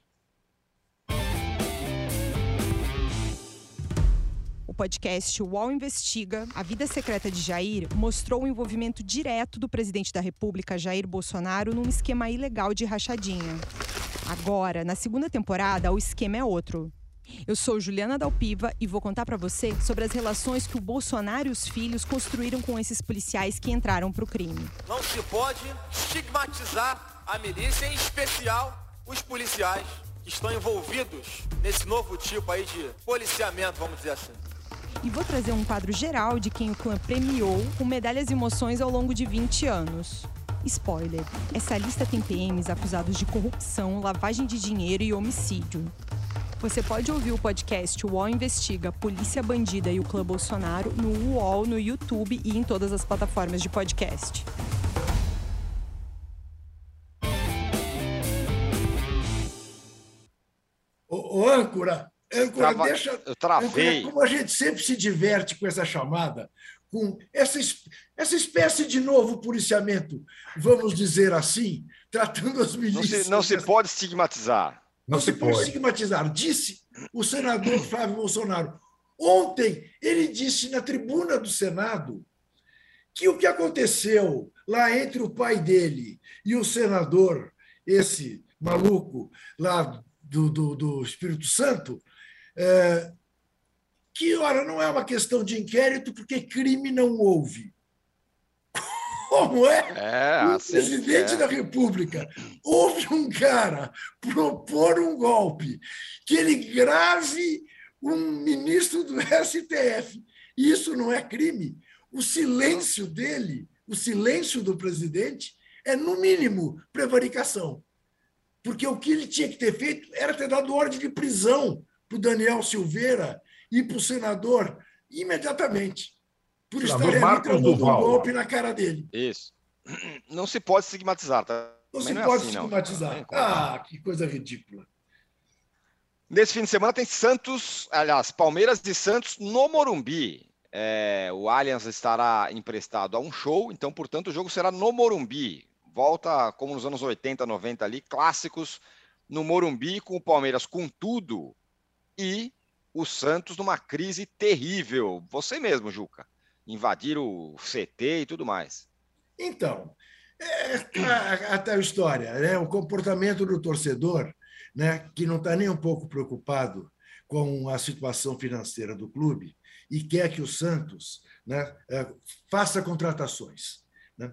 O podcast U O L Investiga, A Vida Secreta de Jair, mostrou o envolvimento direto do presidente da República, Jair Bolsonaro, num esquema ilegal de rachadinha. Agora, na segunda temporada, o esquema é outro. Eu sou Juliana Dalpiva e vou contar para você sobre as relações que o Bolsonaro e os filhos construíram com esses policiais que entraram para o crime. Não se pode estigmatizar a milícia, em especial os policiais que estão envolvidos nesse novo tipo aí de policiamento, vamos dizer assim. E vou trazer um quadro geral de quem o clã premiou com medalhas e emoções ao longo de vinte anos. Spoiler, essa lista tem P Ms acusados de corrupção, lavagem de dinheiro e homicídio. Você pode ouvir o podcast U O L Investiga, Polícia Bandida e o Clã Bolsonaro no U O L, no YouTube e em todas as plataformas de podcast. Ô, ô âncora, âncora, Trava... deixa... Eu travei. Âncora, como a gente sempre se diverte com essa chamada, com essa, essa espécie de novo policiamento, vamos dizer assim, tratando as milícias... Não se, não se pode estigmatizar. Não, não se pode estigmatizar. Disse o senador Flávio Bolsonaro. Ontem, ele disse na tribuna do Senado que o que aconteceu lá entre o pai dele e o senador, esse maluco lá do, do, do Espírito Santo, é, que, ora, não é uma questão de inquérito, porque crime não houve. Como é? É, O assim presidente é. da República houve um cara propor um golpe que ele grave um ministro do S T F. Isso não é crime. O silêncio dele, o silêncio do presidente, é, no mínimo, prevaricação. Porque o que ele tinha que ter feito era ter dado ordem de prisão para o Daniel Silveira e para o senador imediatamente, por Senador estar ali Marcos tramando um Duval. golpe na cara dele. Isso. Não se pode estigmatizar, tá? Não Mas se não é pode assim, não. estigmatizar. Não é como. Ah, que coisa ridícula. Nesse fim de semana tem Santos, aliás, Palmeiras e Santos no Morumbi. É, o Allianz estará emprestado a um show, então, portanto, o jogo será no Morumbi. Volta como nos anos oitenta, noventa ali, clássicos no Morumbi, com o Palmeiras com tudo e o Santos numa crise terrível. Você mesmo, Juca. Invadir o C T e tudo mais. Então, é a, a tal história, né? O comportamento do torcedor, né? Que não está nem um pouco preocupado com a situação financeira do clube e quer que o Santos, né, faça contratações. Né?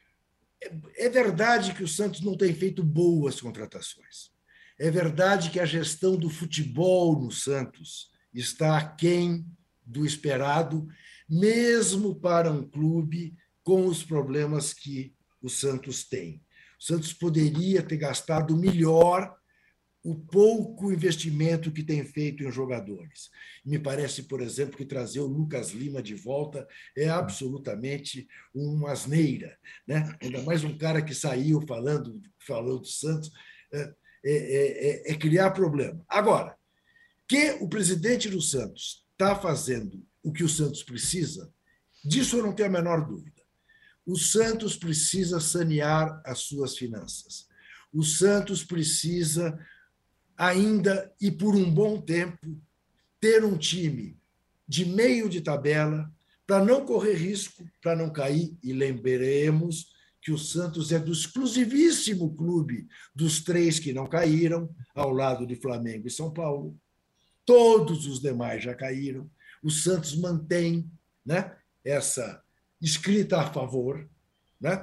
É verdade que o Santos não tem feito boas contratações. É verdade que a gestão do futebol no Santos está aquém do esperado, mesmo para um clube com os problemas que o Santos tem. O Santos poderia ter gastado melhor o pouco investimento que tem feito em jogadores. Me parece, por exemplo, que trazer o Lucas Lima de volta é absolutamente uma asneira, né? Ainda mais um cara que saiu falando, falando do Santos, é, é, é, é criar problema. Agora, que o presidente do Santos está fazendo o que o Santos precisa, disso eu não tenho a menor dúvida. O Santos precisa sanear as suas finanças. O Santos precisa ainda, e por um bom tempo, ter um time de meio de tabela para não correr risco, para não cair. E lembremos que o Santos é do exclusivíssimo clube dos três que não caíram, ao lado de Flamengo e São Paulo. Todos os demais já caíram. O Santos mantém, né, essa escrita a favor. Né?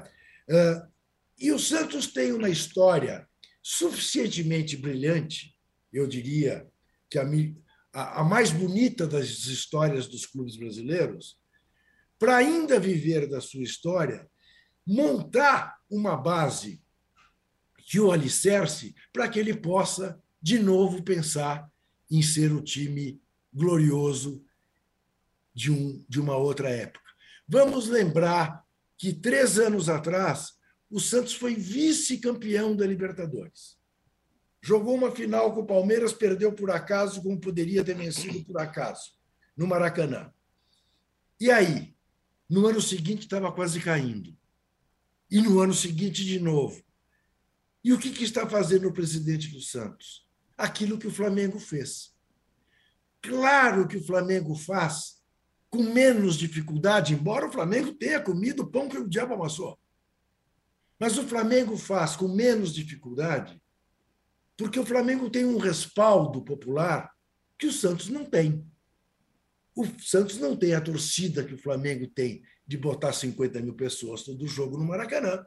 E o Santos tem uma história suficientemente brilhante, eu diria que a, a mais bonita das histórias dos clubes brasileiros, para ainda viver da sua história, montar uma base que o alicerce para que ele possa, de novo, pensar em ser o time glorioso de, um, de uma outra época. Vamos lembrar que, três anos atrás, o Santos foi vice-campeão da Libertadores. Jogou uma final com o Palmeiras, perdeu por acaso, como poderia ter vencido por acaso, no Maracanã. E aí, no ano seguinte, estava quase caindo. E no ano seguinte, de novo. E o que, que está fazendo o presidente do Santos? Aquilo que o Flamengo fez. Claro que o Flamengo faz com menos dificuldade, embora o Flamengo tenha comido o pão que o diabo amassou. Mas o Flamengo faz com menos dificuldade porque o Flamengo tem um respaldo popular que o Santos não tem. O Santos não tem a torcida que o Flamengo tem de botar cinquenta mil pessoas todo jogo no Maracanã.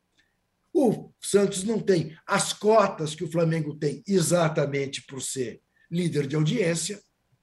O Santos não tem as cotas que o Flamengo tem exatamente por ser líder de audiência.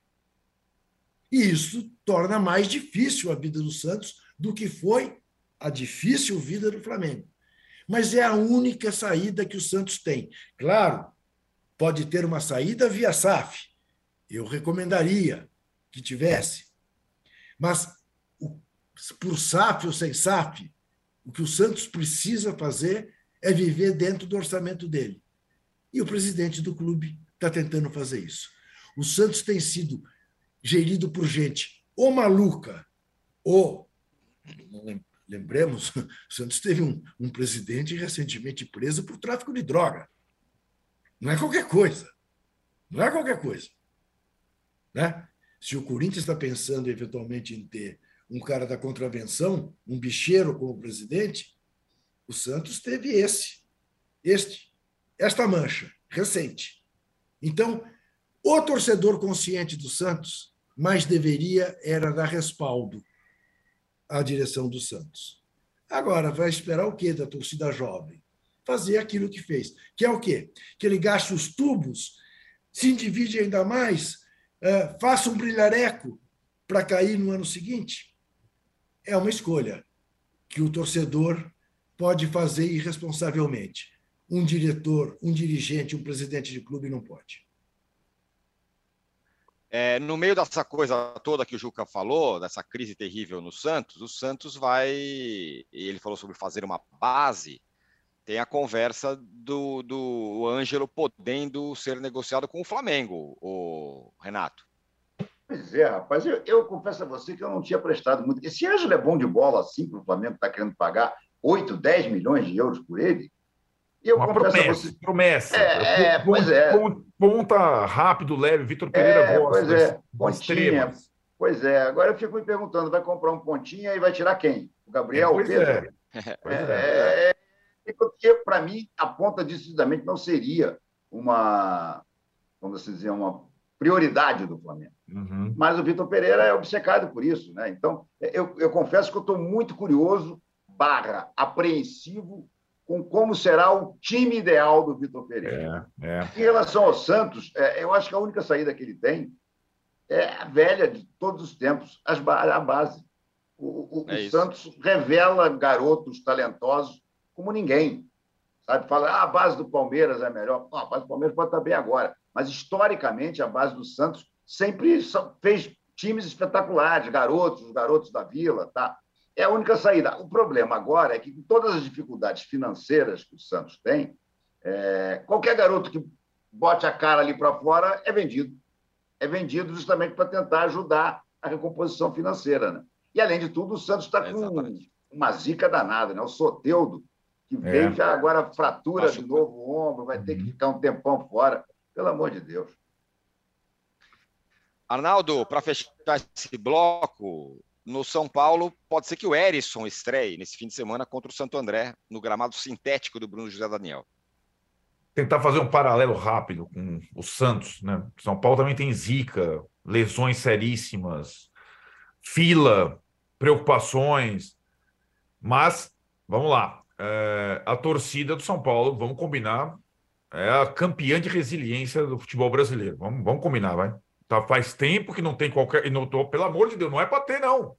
E isso torna mais difícil a vida do Santos do que foi a difícil vida do Flamengo. Mas é a única saída que o Santos tem. Claro, pode ter uma saída via S A F. Eu recomendaria que tivesse. Mas, por S A F ou sem S A F, o que o Santos precisa fazer é viver dentro do orçamento dele. E o presidente do clube está tentando fazer isso. O Santos tem sido gerido por gente ou maluca, ou... Lembremos, o Santos teve um, um presidente recentemente preso por tráfico de droga. Não é qualquer coisa. Não é qualquer coisa. Né? Se o Corinthians está pensando, eventualmente, em ter um cara da contravenção, um bicheiro como presidente, o Santos teve esse, este. esta mancha recente. Então, o torcedor consciente do Santos mais deveria era dar respaldo à direção do Santos. Agora, vai esperar o quê da torcida jovem? Fazer aquilo que fez. Que é o quê? Que ele gaste os tubos, se endivide ainda mais, uh, faça um brilhareco para cair no ano seguinte? É uma escolha que o torcedor pode fazer irresponsavelmente. Um diretor, um dirigente, um presidente de clube não pode. É, no meio dessa coisa toda que o Juca falou, dessa crise terrível no Santos, o Santos vai... Ele falou sobre fazer uma base. Tem a conversa do, do Ângelo podendo ser negociado com o Flamengo, o Renato. Pois é, rapaz. Eu, eu confesso a você que eu não tinha prestado muito. Esse Ângelo é bom de bola assim para o Flamengo está querendo pagar oito, dez milhões de euros por ele? E eu Uma promessa, a você... promessa. É, é, pois é. Ponta rápido, leve, Vitor Pereira é, gosta. Pois é, pontinha. Pois é, agora eu fico me perguntando, vai comprar um pontinha e vai tirar quem? O Gabriel? É, pois o Pedro? É. Pois é. é. Porque, para mim, a ponta decididamente não seria uma, vamos assim dizer, uma prioridade do Flamengo. Uhum. Mas o Vitor Pereira é obcecado por isso, né? Então, eu, eu confesso que eu estou muito curioso, barra, apreensivo, com como será o time ideal do Vitor Pereira. É, é. Em relação ao Santos, é, eu acho que a única saída que ele tem é a velha de todos os tempos, as, a base. O, o, é o Santos revela garotos talentosos como ninguém. Sabe? Fala, ah, a base do Palmeiras é melhor. Não, a base do Palmeiras pode estar bem agora. Mas, historicamente, a base do Santos sempre fez times espetaculares, garotos, os garotos da Vila, tá? É a única saída. O problema agora é que, com todas as dificuldades financeiras que o Santos tem, é, qualquer garoto que bote a cara ali para fora é vendido. É vendido justamente para tentar ajudar a recomposição financeira, né? E, além de tudo, o Santos está com Exatamente. uma zica danada, né? O Soteldo, que veio É. já agora fratura Acho de novo o ombro, vai ter que ficar um tempão fora. Pelo amor de Deus. Arnaldo, para fechar esse bloco, no São Paulo, pode ser que o Erisson estreie nesse fim de semana contra o Santo André, no gramado sintético do Bruno José Daniel. Tentar fazer um paralelo rápido com o Santos, né? São Paulo também tem zica, lesões seríssimas, fila, preocupações, mas, vamos lá, é, a torcida do São Paulo, vamos combinar, é a campeã de resiliência do futebol brasileiro. Vamos, vamos combinar, vai. Tá, faz tempo que não tem qualquer... E não tô, pelo amor de Deus, não é para ter, não.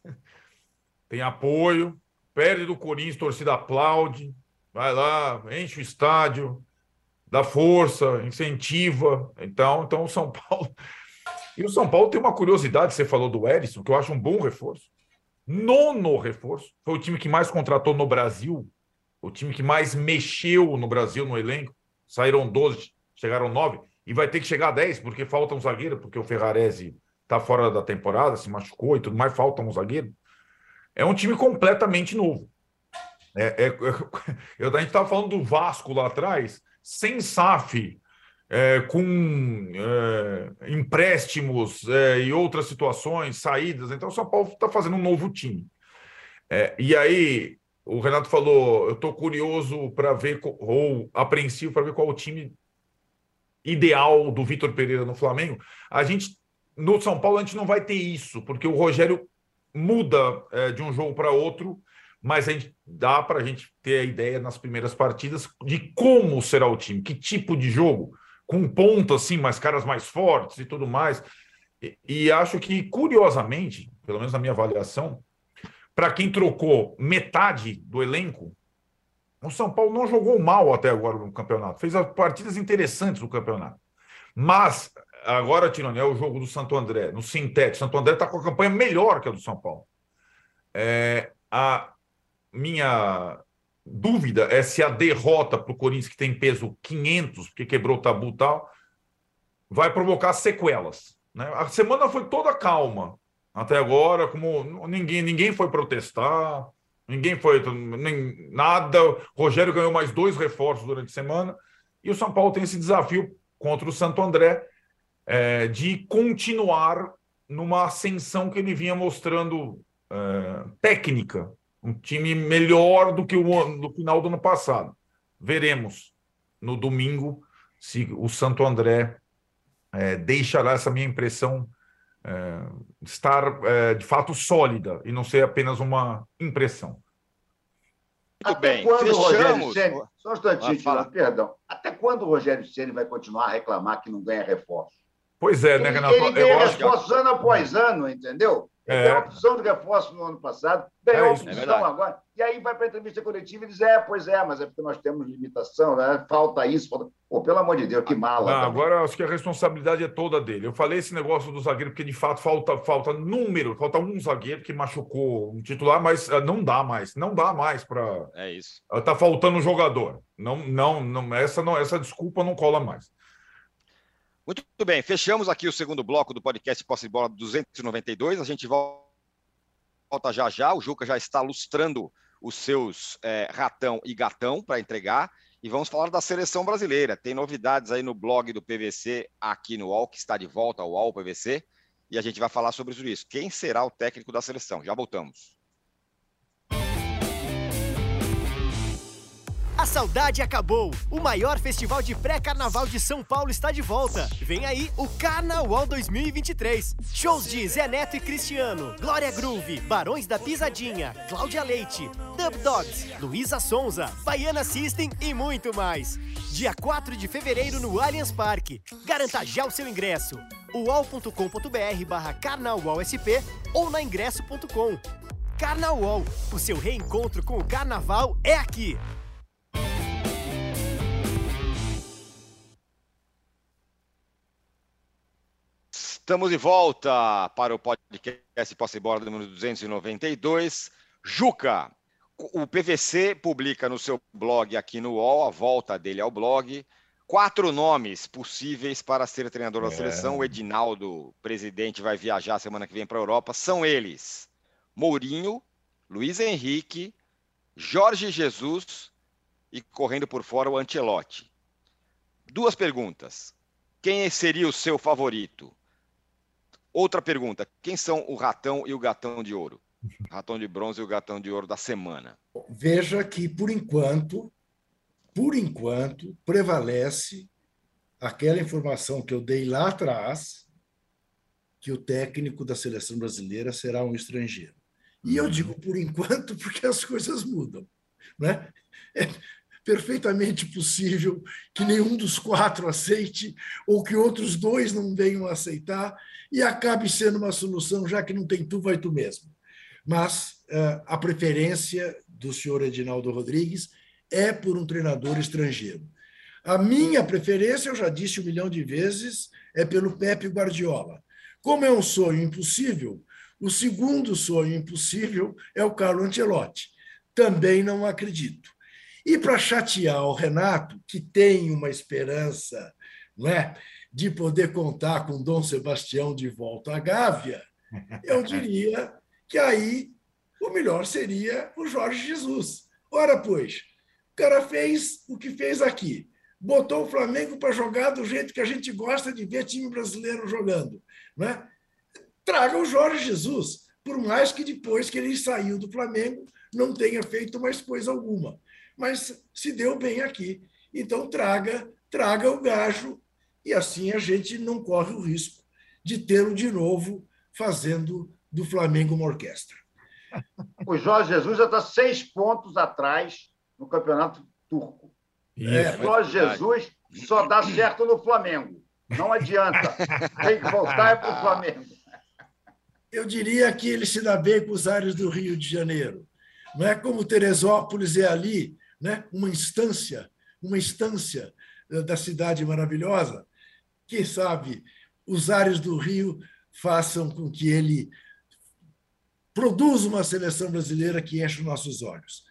Tem apoio, perde do Corinthians, torcida aplaude, vai lá, enche o estádio, dá força, incentiva. Então, então o São Paulo... E o São Paulo tem uma curiosidade, você falou do Erisson, que eu acho um bom reforço. Nono reforço. Foi o time que mais contratou no Brasil, o time que mais mexeu no Brasil, no elenco. Saíram doze, chegaram nove. E vai ter que chegar a dez, porque falta um zagueiro, porque o Ferrarese está fora da temporada, se machucou e tudo mais, falta um zagueiro. É um time completamente novo. É, é, eu, a gente estava falando do Vasco lá atrás, sem S A F, é, com é, empréstimos é, e outras situações, saídas. Então, o São Paulo está fazendo um novo time. É, e aí, o Renato falou, eu estou curioso para ver, ou apreensivo para ver qual o time ideal do Vitor Pereira no Flamengo. A gente, no São Paulo, a gente não vai ter isso, porque o Rogério muda é, de um jogo para outro, mas a gente dá para a gente ter a ideia nas primeiras partidas de como será o time, que tipo de jogo, com pontas assim, mais caras mais fortes e tudo mais. E, e acho que, curiosamente, pelo menos na minha avaliação, para quem trocou metade do elenco, o São Paulo não jogou mal até agora no campeonato. Fez partidas interessantes no campeonato. Mas, agora, Tirone, é o jogo do Santo André, no sintético. Santo André está com a campanha melhor que a do São Paulo. É, a minha dúvida é se a derrota para o Corinthians, que tem peso quinhentos, porque quebrou o tabu e tal, vai provocar sequelas, né? A semana foi toda calma. Até agora, como ninguém, ninguém foi protestar... Ninguém foi, nem nada. O Rogério ganhou mais dois reforços durante a semana. E o São Paulo tem esse desafio contra o Santo André é, de continuar numa ascensão que ele vinha mostrando é, técnica. Um time melhor do que o no final do ano passado. Veremos. no domingo se o Santo André é, deixará essa minha impressão é, estar, é, de fato, sólida e não ser apenas uma impressão. Muito Até bem, quando o Rogério fechamos. Ceni, só um instantinho, Ah, fala. Tirone, perdão. Até quando o Rogério Ceni vai continuar a reclamar que não ganha reforço? Pois é, né, Ele, Renato? ele ganha Eu acho que... reforço ano após ano, entendeu? Ele É. ganhou a opção de reforço no ano passado, ganhou É a isso. É opção verdade. agora, e aí vai para a entrevista coletiva e diz, é, pois é, mas é porque nós temos limitação, né? Falta isso, falta... Pô, pelo amor de Deus, que mala. Não, também. agora eu acho que a responsabilidade é toda dele. Eu falei esse negócio do zagueiro porque, de fato, falta, falta número, falta um zagueiro que machucou um titular, mas uh, não dá mais, não dá mais para... É isso. Uh, tá faltando um jogador. Não, não, não, essa, não, essa desculpa não cola mais. Muito bem, fechamos aqui o segundo bloco do podcast Posse de Bola duzentos e noventa e dois. A gente volta já já. O Juca já está lustrando os seus é, ratão e gatão para entregar. E vamos falar da seleção brasileira. Tem novidades aí no blog do P V C, aqui no U O L, que está de volta ao U O L P V C. E a gente vai falar sobre isso. Quem será o técnico da seleção? Já voltamos. A saudade acabou! O maior festival de pré-carnaval de São Paulo está de volta. Vem aí o Carnaval dois mil e vinte e três. Shows de Zé Neto e Cristiano, Glória Groove, Barões da Pisadinha, Cláudia Leite, Dub Dogs, Luísa Sonza, Baiana System e muito mais. Dia quatro de fevereiro no Allianz Parque. Garanta já o seu ingresso. uol ponto com ponto br barra carnavalsp ou na ingresso ponto com. Carnaval, o seu reencontro com o carnaval é aqui. Estamos de volta para o podcast Posse de Bola número duzentos e noventa e dois. Juca, o P V C publica no seu blog aqui no U O L, a volta dele ao blog, quatro nomes possíveis para ser treinador da É. seleção. O Edinaldo, presidente, vai viajar semana que vem para a Europa. São eles: Mourinho, Luiz Henrique, Jorge Jesus e, correndo por fora, o Ancelotti. Duas perguntas. Quem seria o seu favorito? Outra pergunta, quem são o ratão e o gatão de ouro? Ratão de bronze e o gatão de ouro da semana. Veja que, por enquanto, por enquanto, prevalece aquela informação que eu dei lá atrás, que o técnico da seleção brasileira será um estrangeiro. E eu digo por enquanto porque as coisas mudam, né? É perfeitamente possível que nenhum dos quatro aceite ou que outros dois não venham a aceitar e acabe sendo uma solução, já que não tem tu, vai tu mesmo. Mas uh, a preferência do senhor Edinaldo Rodrigues é por um treinador estrangeiro. A minha preferência, eu já disse um milhão de vezes, é pelo Pepe Guardiola. Como é um sonho impossível, o segundo sonho impossível é o Carlo Ancelotti. Também não acredito. E para chatear o Renato, que tem uma esperança, não é, de poder contar com Dom Sebastião de volta à Gávea, eu diria que aí o melhor seria o Jorge Jesus. Ora, pois, o cara fez o que fez aqui. Botou o Flamengo para jogar do jeito que a gente gosta de ver time brasileiro jogando, não é? Traga o Jorge Jesus, por mais que depois que ele saiu do Flamengo não tenha feito mais coisa alguma. Mas se deu bem aqui. Então traga, traga o gajo e assim a gente não corre o risco de tê-lo de novo fazendo do Flamengo uma orquestra. O Jorge Jesus já está seis pontos atrás no campeonato turco. É, o Jorge Jesus só dá certo no Flamengo. Não adianta. Tem que voltar para o Flamengo. Eu diria que ele se dá bem com os ares do Rio de Janeiro. Não é como Teresópolis é ali, né? uma instância, uma instância da cidade maravilhosa. Quem sabe os ares do Rio façam com que ele produza uma seleção brasileira que enche os nossos olhos.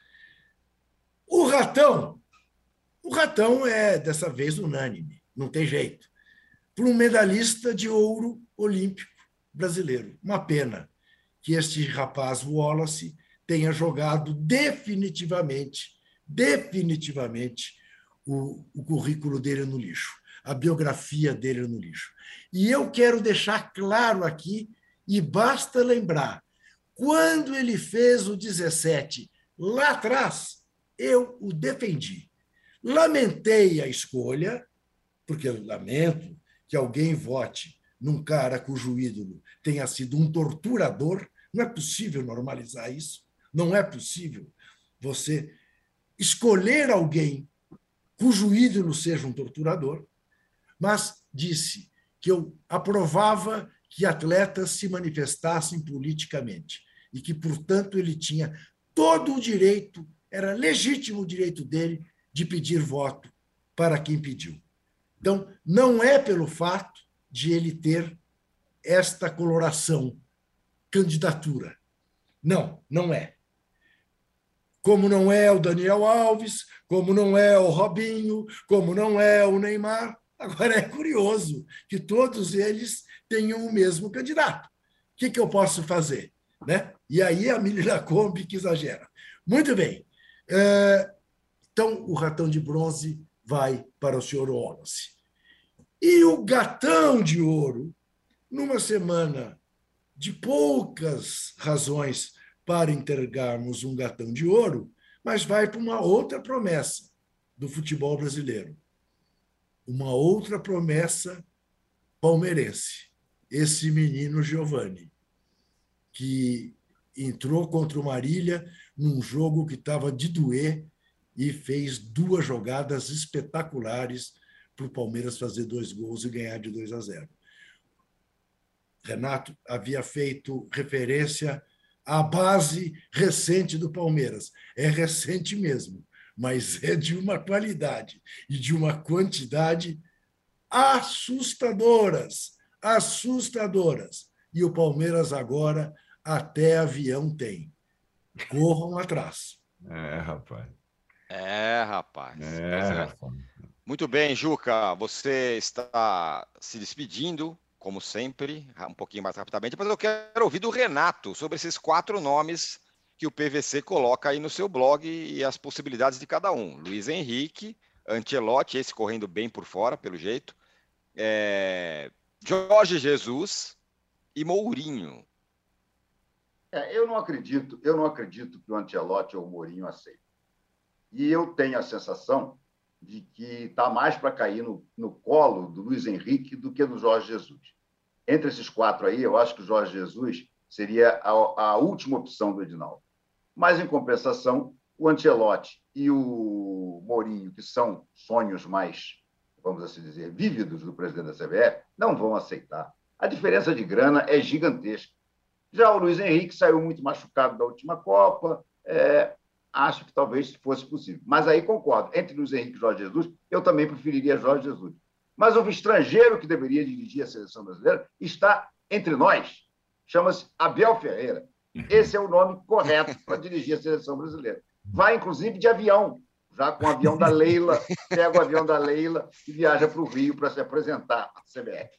O ratão, o ratão é, dessa vez, unânime, não tem jeito. Para um medalhista de ouro olímpico brasileiro. Uma pena que este rapaz Wallace tenha jogado definitivamente, definitivamente o, o currículo dele no lixo, a biografia dele no lixo. E eu quero deixar claro aqui, e basta lembrar, quando ele fez o dezessete lá atrás, eu o defendi. lamentei a escolha, porque eu lamento que alguém vote num cara cujo ídolo tenha sido um torturador. Não é possível normalizar isso. Não é possível você escolher alguém cujo ídolo seja um torturador, mas disse que eu aprovava que atletas se manifestassem politicamente e que, portanto, ele tinha todo o direito, era legítimo o direito dele de pedir voto para quem pediu. Então, não é pelo fato de ele ter esta coloração, candidatura. Não, não é. Como não é o Daniel Alves, como não é o Robinho, como não é o Neymar. Agora, é curioso que todos eles tenham o mesmo candidato. O que, que eu posso fazer? Né? E aí a Mili Lacombe que exagera. Muito bem. Então, o ratão de bronze vai para o senhor Wallace. E o gatão de ouro, numa semana de poucas razões para entregarmos um gatão de ouro, mas vai para uma outra promessa do futebol brasileiro. Uma outra promessa palmeirense. Esse menino Giovani, que entrou contra o Marília num jogo que estava de doer e fez duas jogadas espetaculares para o Palmeiras fazer dois gols e ganhar de dois a zero. Renato havia feito referência à base recente do Palmeiras. É recente mesmo, mas é de uma qualidade e de uma quantidade assustadoras, assustadoras. E o Palmeiras agora até avião tem. Corram atrás. É, rapaz. É, rapaz. É, rapaz. Muito bem, Juca, você está se despedindo, como sempre, um pouquinho mais rapidamente, mas eu quero ouvir do Renato sobre esses quatro nomes que o P V C coloca aí no seu blog e as possibilidades de cada um. Luiz Henrique, Ancelotti, esse correndo bem por fora, pelo jeito, é... Jorge Jesus e Mourinho. É, eu não acredito, eu não acredito que o Ancelotti ou o Mourinho aceitem. E eu tenho a sensação de que está mais para cair no, no colo do Luiz Henrique do que do Jorge Jesus. Entre esses quatro aí, eu acho que o Jorge Jesus seria a, a última opção do Edinaldo. Mas, em compensação, o Ancelotti e o Mourinho, que são sonhos mais, vamos assim dizer, vívidos do presidente da C B F, não vão aceitar. A diferença de grana é gigantesca. Já o Luiz Henrique saiu muito machucado da última Copa, é, acho que talvez fosse possível. Mas aí concordo, entre Luiz Henrique e Jorge Jesus, eu também preferiria Jorge Jesus. Mas o estrangeiro que deveria dirigir a seleção brasileira está entre nós. Chama-se Abel Ferreira. Esse é o nome correto para dirigir a seleção brasileira. Vai, inclusive, de avião, já com o avião da Leila, pega o avião da Leila e viaja para o Rio para se apresentar à C B F.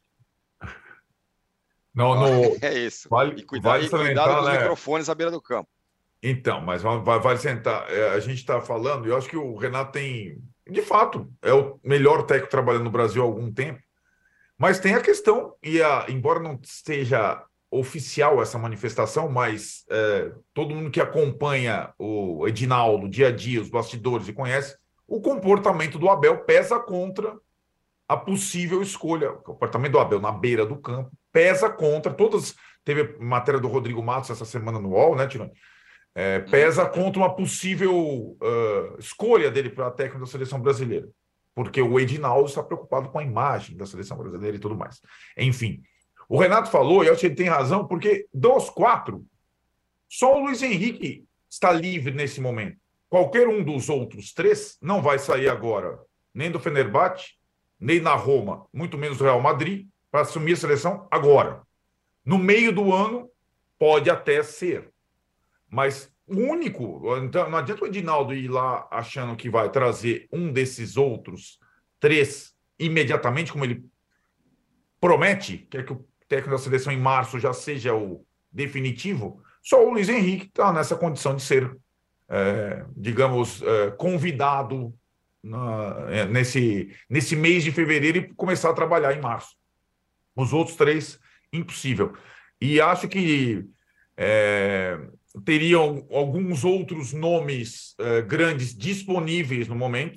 Não, no... É isso. Vale, e cuidado, vale e cuidado salientar, com os né? microfones à beira do campo. Então, mas vale, vale sentar. A gente está falando, e eu acho que o Renato tem, de fato, é o melhor técnico trabalhando no Brasil há algum tempo, mas tem a questão, e a, embora não seja oficial essa manifestação, mas é, todo mundo que acompanha o Edinaldo, dia a dia, os bastidores e conhece, o comportamento do Abel pesa contra a possível escolha. O comportamento do Abel na beira do campo pesa contra todas. Teve matéria do Rodrigo Matos essa semana no U O L, né, Tirone? É, pesa contra uma possível uh, escolha dele para técnico da seleção brasileira, porque o Edinaldo está preocupado com a imagem da seleção brasileira e tudo mais. Enfim, o Renato falou, e eu acho que ele tem razão, porque dos quatro, só o Luiz Henrique está livre nesse momento. Qualquer um dos outros três não vai sair agora, nem do Fenerbahçe, nem na Roma, muito menos do Real Madrid, para assumir a seleção agora. No meio do ano, pode até ser. Mas o único... Então, não adianta o Edinaldo ir lá achando que vai trazer um desses outros três imediatamente, como ele promete, quer que o técnico da seleção em março já seja o definitivo. Só o Luiz Henrique está nessa condição de ser, é, digamos, é, convidado na, é, nesse, nesse mês de fevereiro e começar a trabalhar em março. Os outros três, impossível. E acho que... É, teriam alguns outros nomes uh, grandes disponíveis no momento,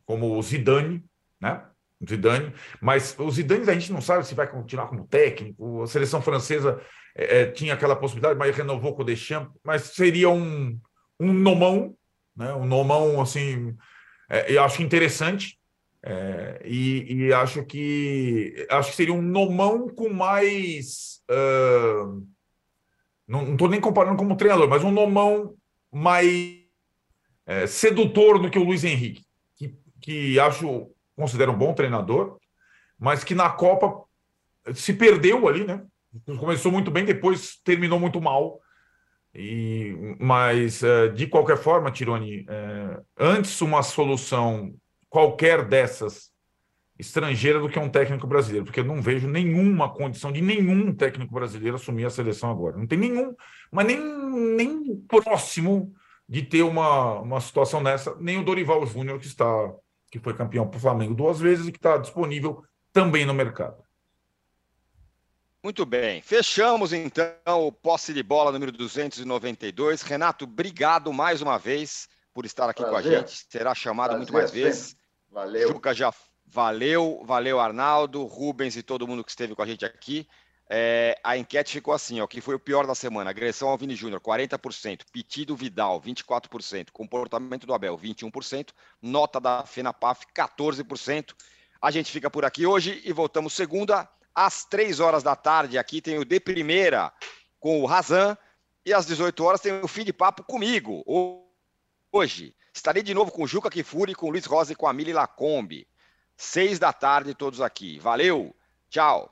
como o Zidane, né? O Zidane, mas o Zidane a gente não sabe se vai continuar como técnico. A seleção francesa é, tinha aquela possibilidade, mas renovou com o Deschamps, mas seria um, um nomão, né? Um nomão assim, é, eu acho interessante. É, e, e acho que acho que seria um nomão com mais uh, não estou nem comparando como treinador, mas um nomão mais é, sedutor do que o Luiz Henrique, que, que acho considero um bom treinador, mas que na Copa se perdeu ali, né? Começou muito bem, depois terminou muito mal. E mas uh, de qualquer forma, Tironi, uh, antes uma solução qualquer dessas estrangeira do que um técnico brasileiro, porque eu não vejo nenhuma condição de nenhum técnico brasileiro assumir a seleção agora. Não tem nenhum, mas nem, nem próximo de ter uma, uma situação nessa, nem o Dorival Júnior, que está, que foi campeão para o Flamengo duas vezes e que está disponível também no mercado. Muito bem, fechamos então o Posse de Bola número duzentos e noventa e dois. Renato, obrigado mais uma vez por estar aqui Prazer. com a gente. Será chamado Prazer, muito mais sempre. vezes. Valeu. Juca já valeu, valeu Arnaldo, Rubens e todo mundo que esteve com a gente aqui. É, a enquete ficou assim, ó, que foi o pior da semana. Agressão ao Vini Júnior, quarenta por cento. Pedido Vidal, vinte e quatro por cento. Comportamento do Abel, vinte e um por cento. Nota da FENAPAF, quatorze por cento. A gente fica por aqui hoje e voltamos segunda às três horas da tarde. Aqui tem o De Primeira com o Razan. E às dezoito horas tem o Fim de Papo comigo. Hoje estarei de novo com o Juca Kifuri, com o Luiz Rosa e com a Mili Lacombe. Seis da tarde, todos aqui. Valeu, tchau.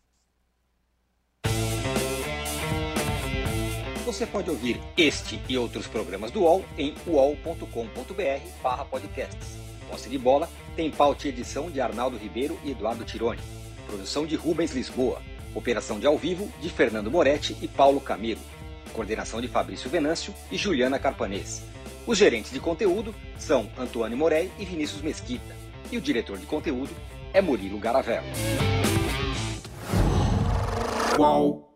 Você pode ouvir este e outros programas do U O L em uol ponto com ponto br barra podcasts. Posse de Bola tem pauta e edição de Arnaldo Ribeiro e Eduardo Tironi. Produção de Rubens Lisboa. Operação de ao vivo de Fernando Moretti e Paulo Camilo. Coordenação de Fabrício Venâncio e Juliana Carpanês. Os gerentes de conteúdo são Antônio Morei e Vinícius Mesquita. E o diretor de conteúdo é Murilo Garavello. Uau.